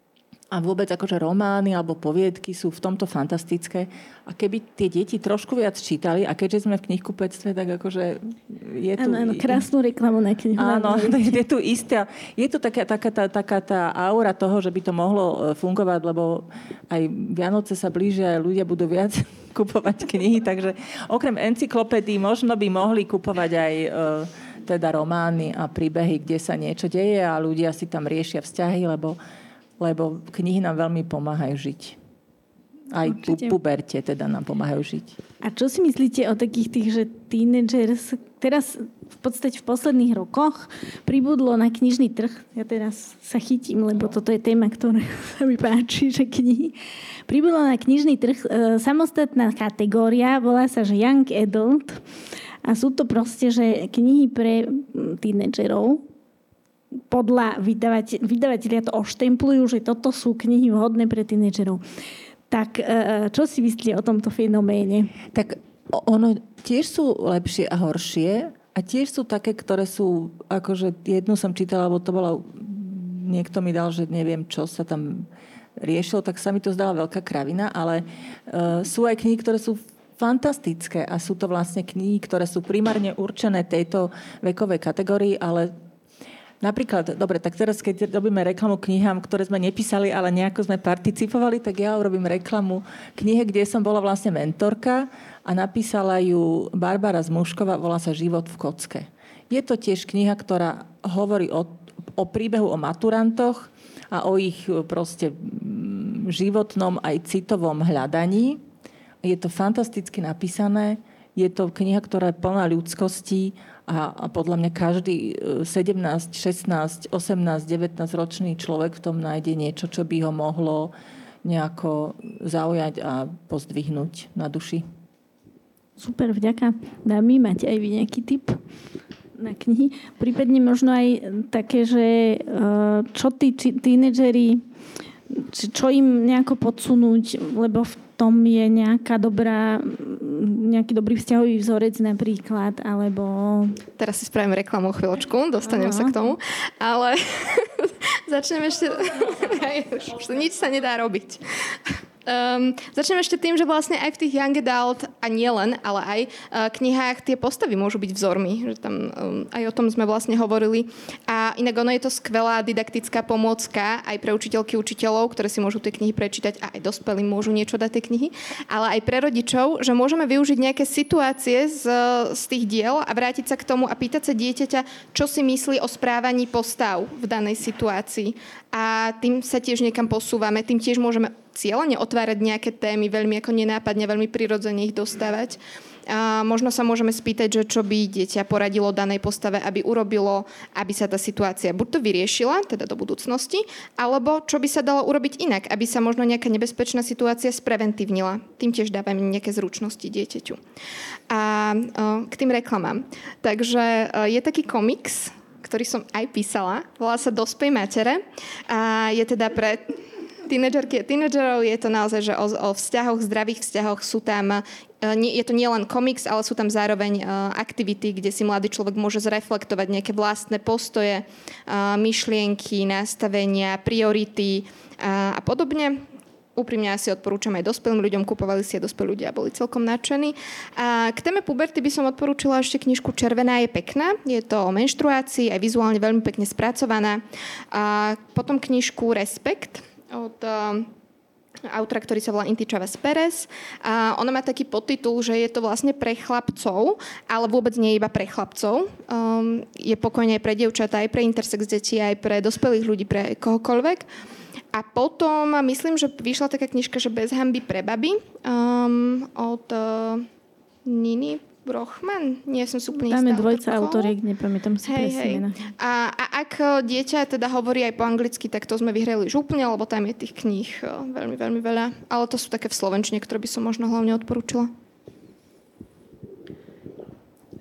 a vôbec akože romány alebo poviedky sú v tomto fantastické. A keby tie deti trošku viac čítali, a keďže sme v knihkupectve, tak akože je tu... Áno, áno, krásnu reklamu na knihu. Áno, je tu istá... Je tu taká, taká, tá, taká tá aura toho, že by to mohlo fungovať, lebo aj Vianoce sa blížia a ľudia budú viac kupovať knihy, takže okrem encyklopédií možno by mohli kupovať aj e, teda romány a príbehy, kde sa niečo deje a ľudia si tam riešia vzťahy, lebo lebo knihy nám veľmi pomáhajú žiť. Aj pu- puberte teda nám pomáhajú žiť. A čo si myslíte o takých tých, že tínedžers, teraz v podstate v posledných rokoch pribudlo na knižný trh, ja teraz sa chytím, lebo toto je téma, ktorá sa mi páči, že knihy. Pribudlo na knižný trh e, samostatná kategória, volá sa, že Young Adult a sú to proste, že knihy pre tínedžerov. Podľa vydavateľ, vydavatelia to oštemplujú, že toto sú knihy vhodné pre tínedžerov. Tak čo si myslíte o tomto fenoméne? Tak ono tiež sú lepšie a horšie a tiež sú také, ktoré sú, akože jednu som čítala, lebo to bolo, niekto mi dal, že neviem, čo sa tam riešilo, tak sa mi to zdala veľká kravina, ale uh, sú aj knihy, ktoré sú fantastické a sú to vlastne knihy, ktoré sú primárne určené tejto vekovej kategórii, ale napríklad, dobre, tak teraz, keď robíme reklamu knihám, ktoré sme nepísali, ale nejako sme participovali, tak ja urobím reklamu knihe, kde som bola vlastne mentorka a napísala ju Barbara Zmušková, volá sa Život v kocke. Je to tiež kniha, ktorá hovorí o, o príbehu o maturantoch a o ich proste životnom aj citovom hľadaní. Je to fantasticky napísané, je to kniha, ktorá je plná ľudskosti a, a podľa mňa každý sedemnásť, šestnásť, osemnásť, devätnásť ročný človek v tom nájde niečo, čo by ho mohlo nejako zaujať a pozdvihnúť na duši. Super, vďaka. Dámy, máte aj vy nejaký tip na knihy? Prípadne možno aj také, že čo tí tínedžeri, čo im nejako podsunúť, lebo v tom je nejaká dobrá, nejaký dobrý vzťahový vzorec napríklad, alebo... Teraz si spravím reklamu chvíľočku, dostanem Aha. sa k tomu, ale začnem ešte... Nič sa nedá robiť. Um, začnem ešte tým, že vlastne aj v tých young adult, a nie len, ale aj uh, knihách tie postavy môžu byť vzormi. Že tam, um, aj o tom sme vlastne hovorili. A inak ono je to skvelá didaktická pomôcka aj pre učiteľky, učiteľov, ktoré si môžu tie knihy prečítať a aj dospelí môžu niečo dať tie knihy. Ale aj pre rodičov, že môžeme využiť nejaké situácie z, z tých diel a vrátiť sa k tomu a pýtať sa dieťaťa, čo si myslí o správaní postav v danej situácii. A tým sa tiež niekam posúvame, tým tiež môžeme cieľene otvárať nejaké témy, veľmi ako nenápadne, veľmi prirodzene ich dostávať. A možno sa môžeme spýtať, že čo by dieťa poradilo danej postave, aby urobilo, aby sa tá situácia buď to vyriešila, teda do budúcnosti, alebo čo by sa dalo urobiť inak, aby sa možno nejaká nebezpečná situácia spreventívnila. Tým tiež dávame nejaké zručnosti dieťaťu. A k tým reklamám. Takže je taký komiks, ktorý som aj písala. Volá sa Dospej matere. A je teda pre tínedžerky a tínedžerov. Je to naozaj, že o, o vzťahoch, zdravých vzťahoch sú tam... Nie, je to nielen komiks, ale sú tam zároveň uh, aktivity, kde si mladý človek môže zreflektovať nejaké vlastné postoje, uh, myšlienky, nastavenia, priority uh, a podobne. Úprimne asi odporúčam aj dospelým ľuďom, kupovali si aj dospelí ľudia a boli celkom nadšení. A k téme puberty by som odporúčila ešte knižku Červená je pekná. Je to o menštruácii, aj vizuálne veľmi pekne spracovaná. A potom knižku Respekt od uh, autora, ktorý sa volá Inti Chávez Pérez. A ona má taký podtitul, že je to vlastne pre chlapcov, ale vôbec nie iba pre chlapcov. Um, je pokojne aj pre dievčatá, aj pre intersex detí, aj pre dospelých ľudí, pre kohokoľvek. A potom, myslím, že vyšla taká knižka, že Bez hanby pre baby um, od uh, Niny Brochman. Nie som si úplne istá. Tam je dvojca autoriek, nepamätám si hej, presne hej. mena. A, a ak dieťa teda hovorí aj po anglicky, tak to sme vyhrali už úplne, lebo tam je tých kníh uh, veľmi, veľmi veľa. Ale to sú také v slovenčine, ktoré by som možno hlavne odporúčila.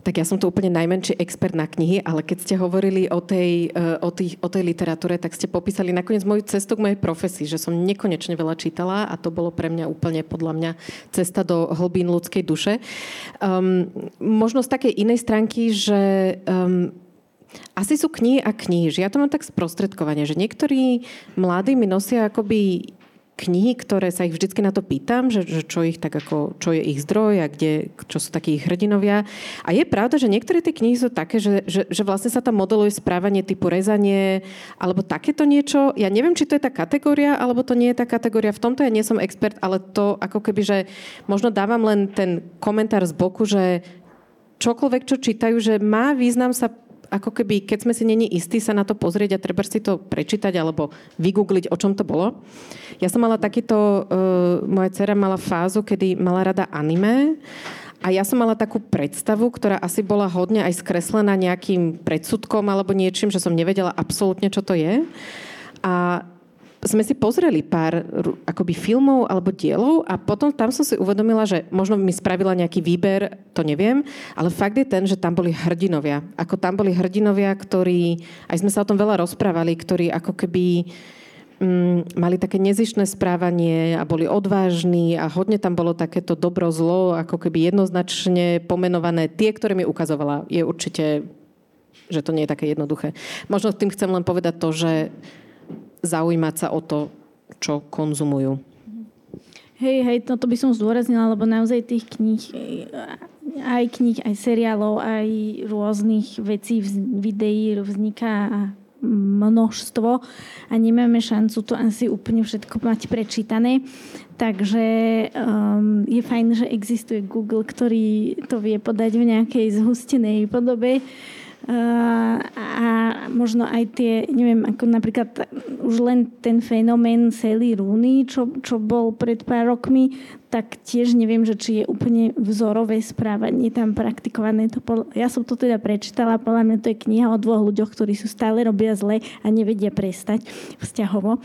Tak ja som tu úplne najmenší expert na knihy, ale keď ste hovorili o tej, o, tých, o tej literatúre, tak ste popísali nakoniec moju cestu k mojej profesii, že som nekonečne veľa čítala a to bolo pre mňa úplne podľa mňa cesta do hlbín ľudskej duše. Um, možno z takej inej stránky, že um, asi sú knihy a knihy, že ja to mám tak sprostredkovanie, že niektorí mladí mi nosia akoby knihy, ktoré sa ich vždycky na to pýtam, že, že čo ich tak ako, čo je ich zdroj a kde, čo sú takí ich hrdinovia. A je pravda, že niektoré tie knihy sú také, že, že, že vlastne sa tam modeluje správanie typu rezanie alebo takéto niečo. Ja neviem, či to je tá kategória, alebo to nie je tá kategória. V tomto ja nie som expert, ale to ako keby, že možno dávam len ten komentár z boku, že čokoľvek, čo čítajú, že má význam sa ako keby, keď sme si není istí sa na to pozrieť a treba si to prečítať alebo vygoogliť, o čom to bolo. Ja som mala takýto, uh, moja dcera mala fázu, kedy mala rada anime a ja som mala takú predstavu, ktorá asi bola hodne aj skreslená nejakým predsudkom alebo niečím, že som nevedela absolútne, čo to je. A sme si pozreli pár akoby filmov alebo dielov a potom tam som si uvedomila, že možno mi spravila nejaký výber, to neviem, ale fakt je ten, že tam boli hrdinovia. Ako tam boli hrdinovia, ktorí, aj sme sa o tom veľa rozprávali, ktorí ako keby mm, mali také nezištné správanie a boli odvážni a hodne tam bolo takéto dobro, zlo, ako keby jednoznačne pomenované. Tie, ktoré mi ukazovala, je určite, že to nie je také jednoduché. Možno tým chcem len povedať to, že zaujímať sa o to, čo konzumujú. Hej, hej, no to by som zdôraznila, lebo naozaj tých kníh, aj kníh, aj seriálov, aj rôznych vecí, videí vzniká množstvo a nemáme šancu to asi úplne všetko mať prečítané. Takže um, je fajn, že existuje Google, ktorý to vie podať v nejakej zhustenej podobe. Uh, a možno aj tie, neviem, ako napríklad už len ten fenomén Sally Rooney, čo, čo bol pred pár rokmi, tak tiež neviem, že či je úplne vzorové správanie tam praktikované. To pol... Ja som to teda prečítala, podľa mňa to je kniha o dvoch ľuďoch, ktorí sú stále robia zle a nevedia prestať vzťahovo.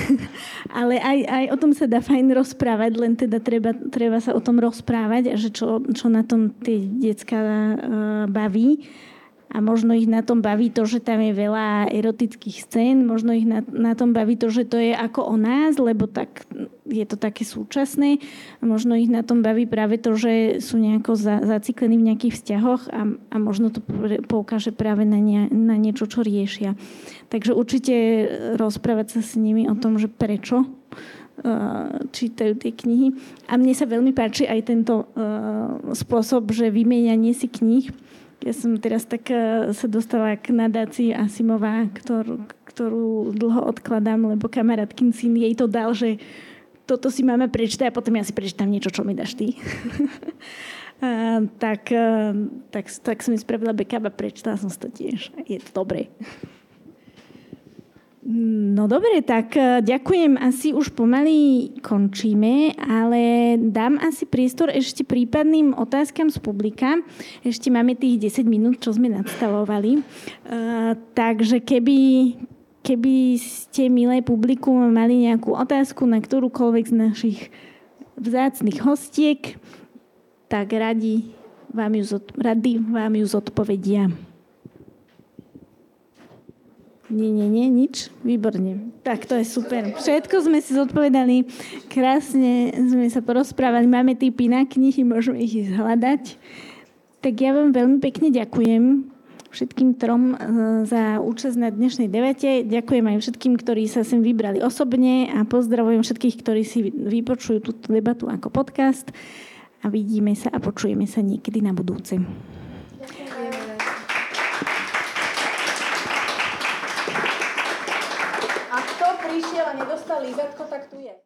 Ale aj, aj o tom sa dá fajn rozprávať, len teda treba, treba sa o tom rozprávať, že čo, čo na tom tie decká uh, baví. A možno ich na tom baví to, že tam je veľa erotických scén, možno ich na, na tom baví to, že to je ako o nás, lebo tak je to také súčasné. A možno ich na tom baví práve to, že sú nejako za, zaciklení v nejakých vzťahoch a, a možno to poukáže práve na, nie, na niečo, čo riešia. Takže určite rozprávať sa s nimi o tom, že prečo uh, čítajú tie knihy. A mne sa veľmi páči aj tento uh, spôsob, že vymieňanie si kníh. Ja som teraz tak sa dostala k nadácii Asimová, ktorú, ktorú dlho odkladám, lebo kamarátkin syn jej to dal, že toto si máme prečítať a potom ja si prečítam niečo, čo mi dáš ty. a, tak, tak, tak som mi spravila backup a prečítala som si to tiež. Je to dobré. No dobre, tak ďakujem. Asi už pomaly končíme, ale dám asi priestor ešte prípadným otázkam z publika. Ešte máme tých desať minút, čo sme nadstavovali. Uh, takže keby, keby ste, milé publikum, mali nejakú otázku na ktorúkoľvek z našich vzácnych hostiek, tak radi vám ju, radi vám ju zodpovedia. Nie, nie, nie, nič. Výborne. Tak, to je super. Všetko sme si zodpovedali. Krásne sme sa porozprávali. Máme tipy na knihy, môžeme ich ísť hľadať. Tak ja vám veľmi pekne ďakujem všetkým trom za účasť na dnešnej debate. Ďakujem aj všetkým, ktorí sa sem vybrali osobne a pozdravujem všetkých, ktorí si vypočujú túto debatu ako podcast a vidíme sa a počujeme sa niekedy na budúce. Prišiel a nedostal lízatko, tak tu je.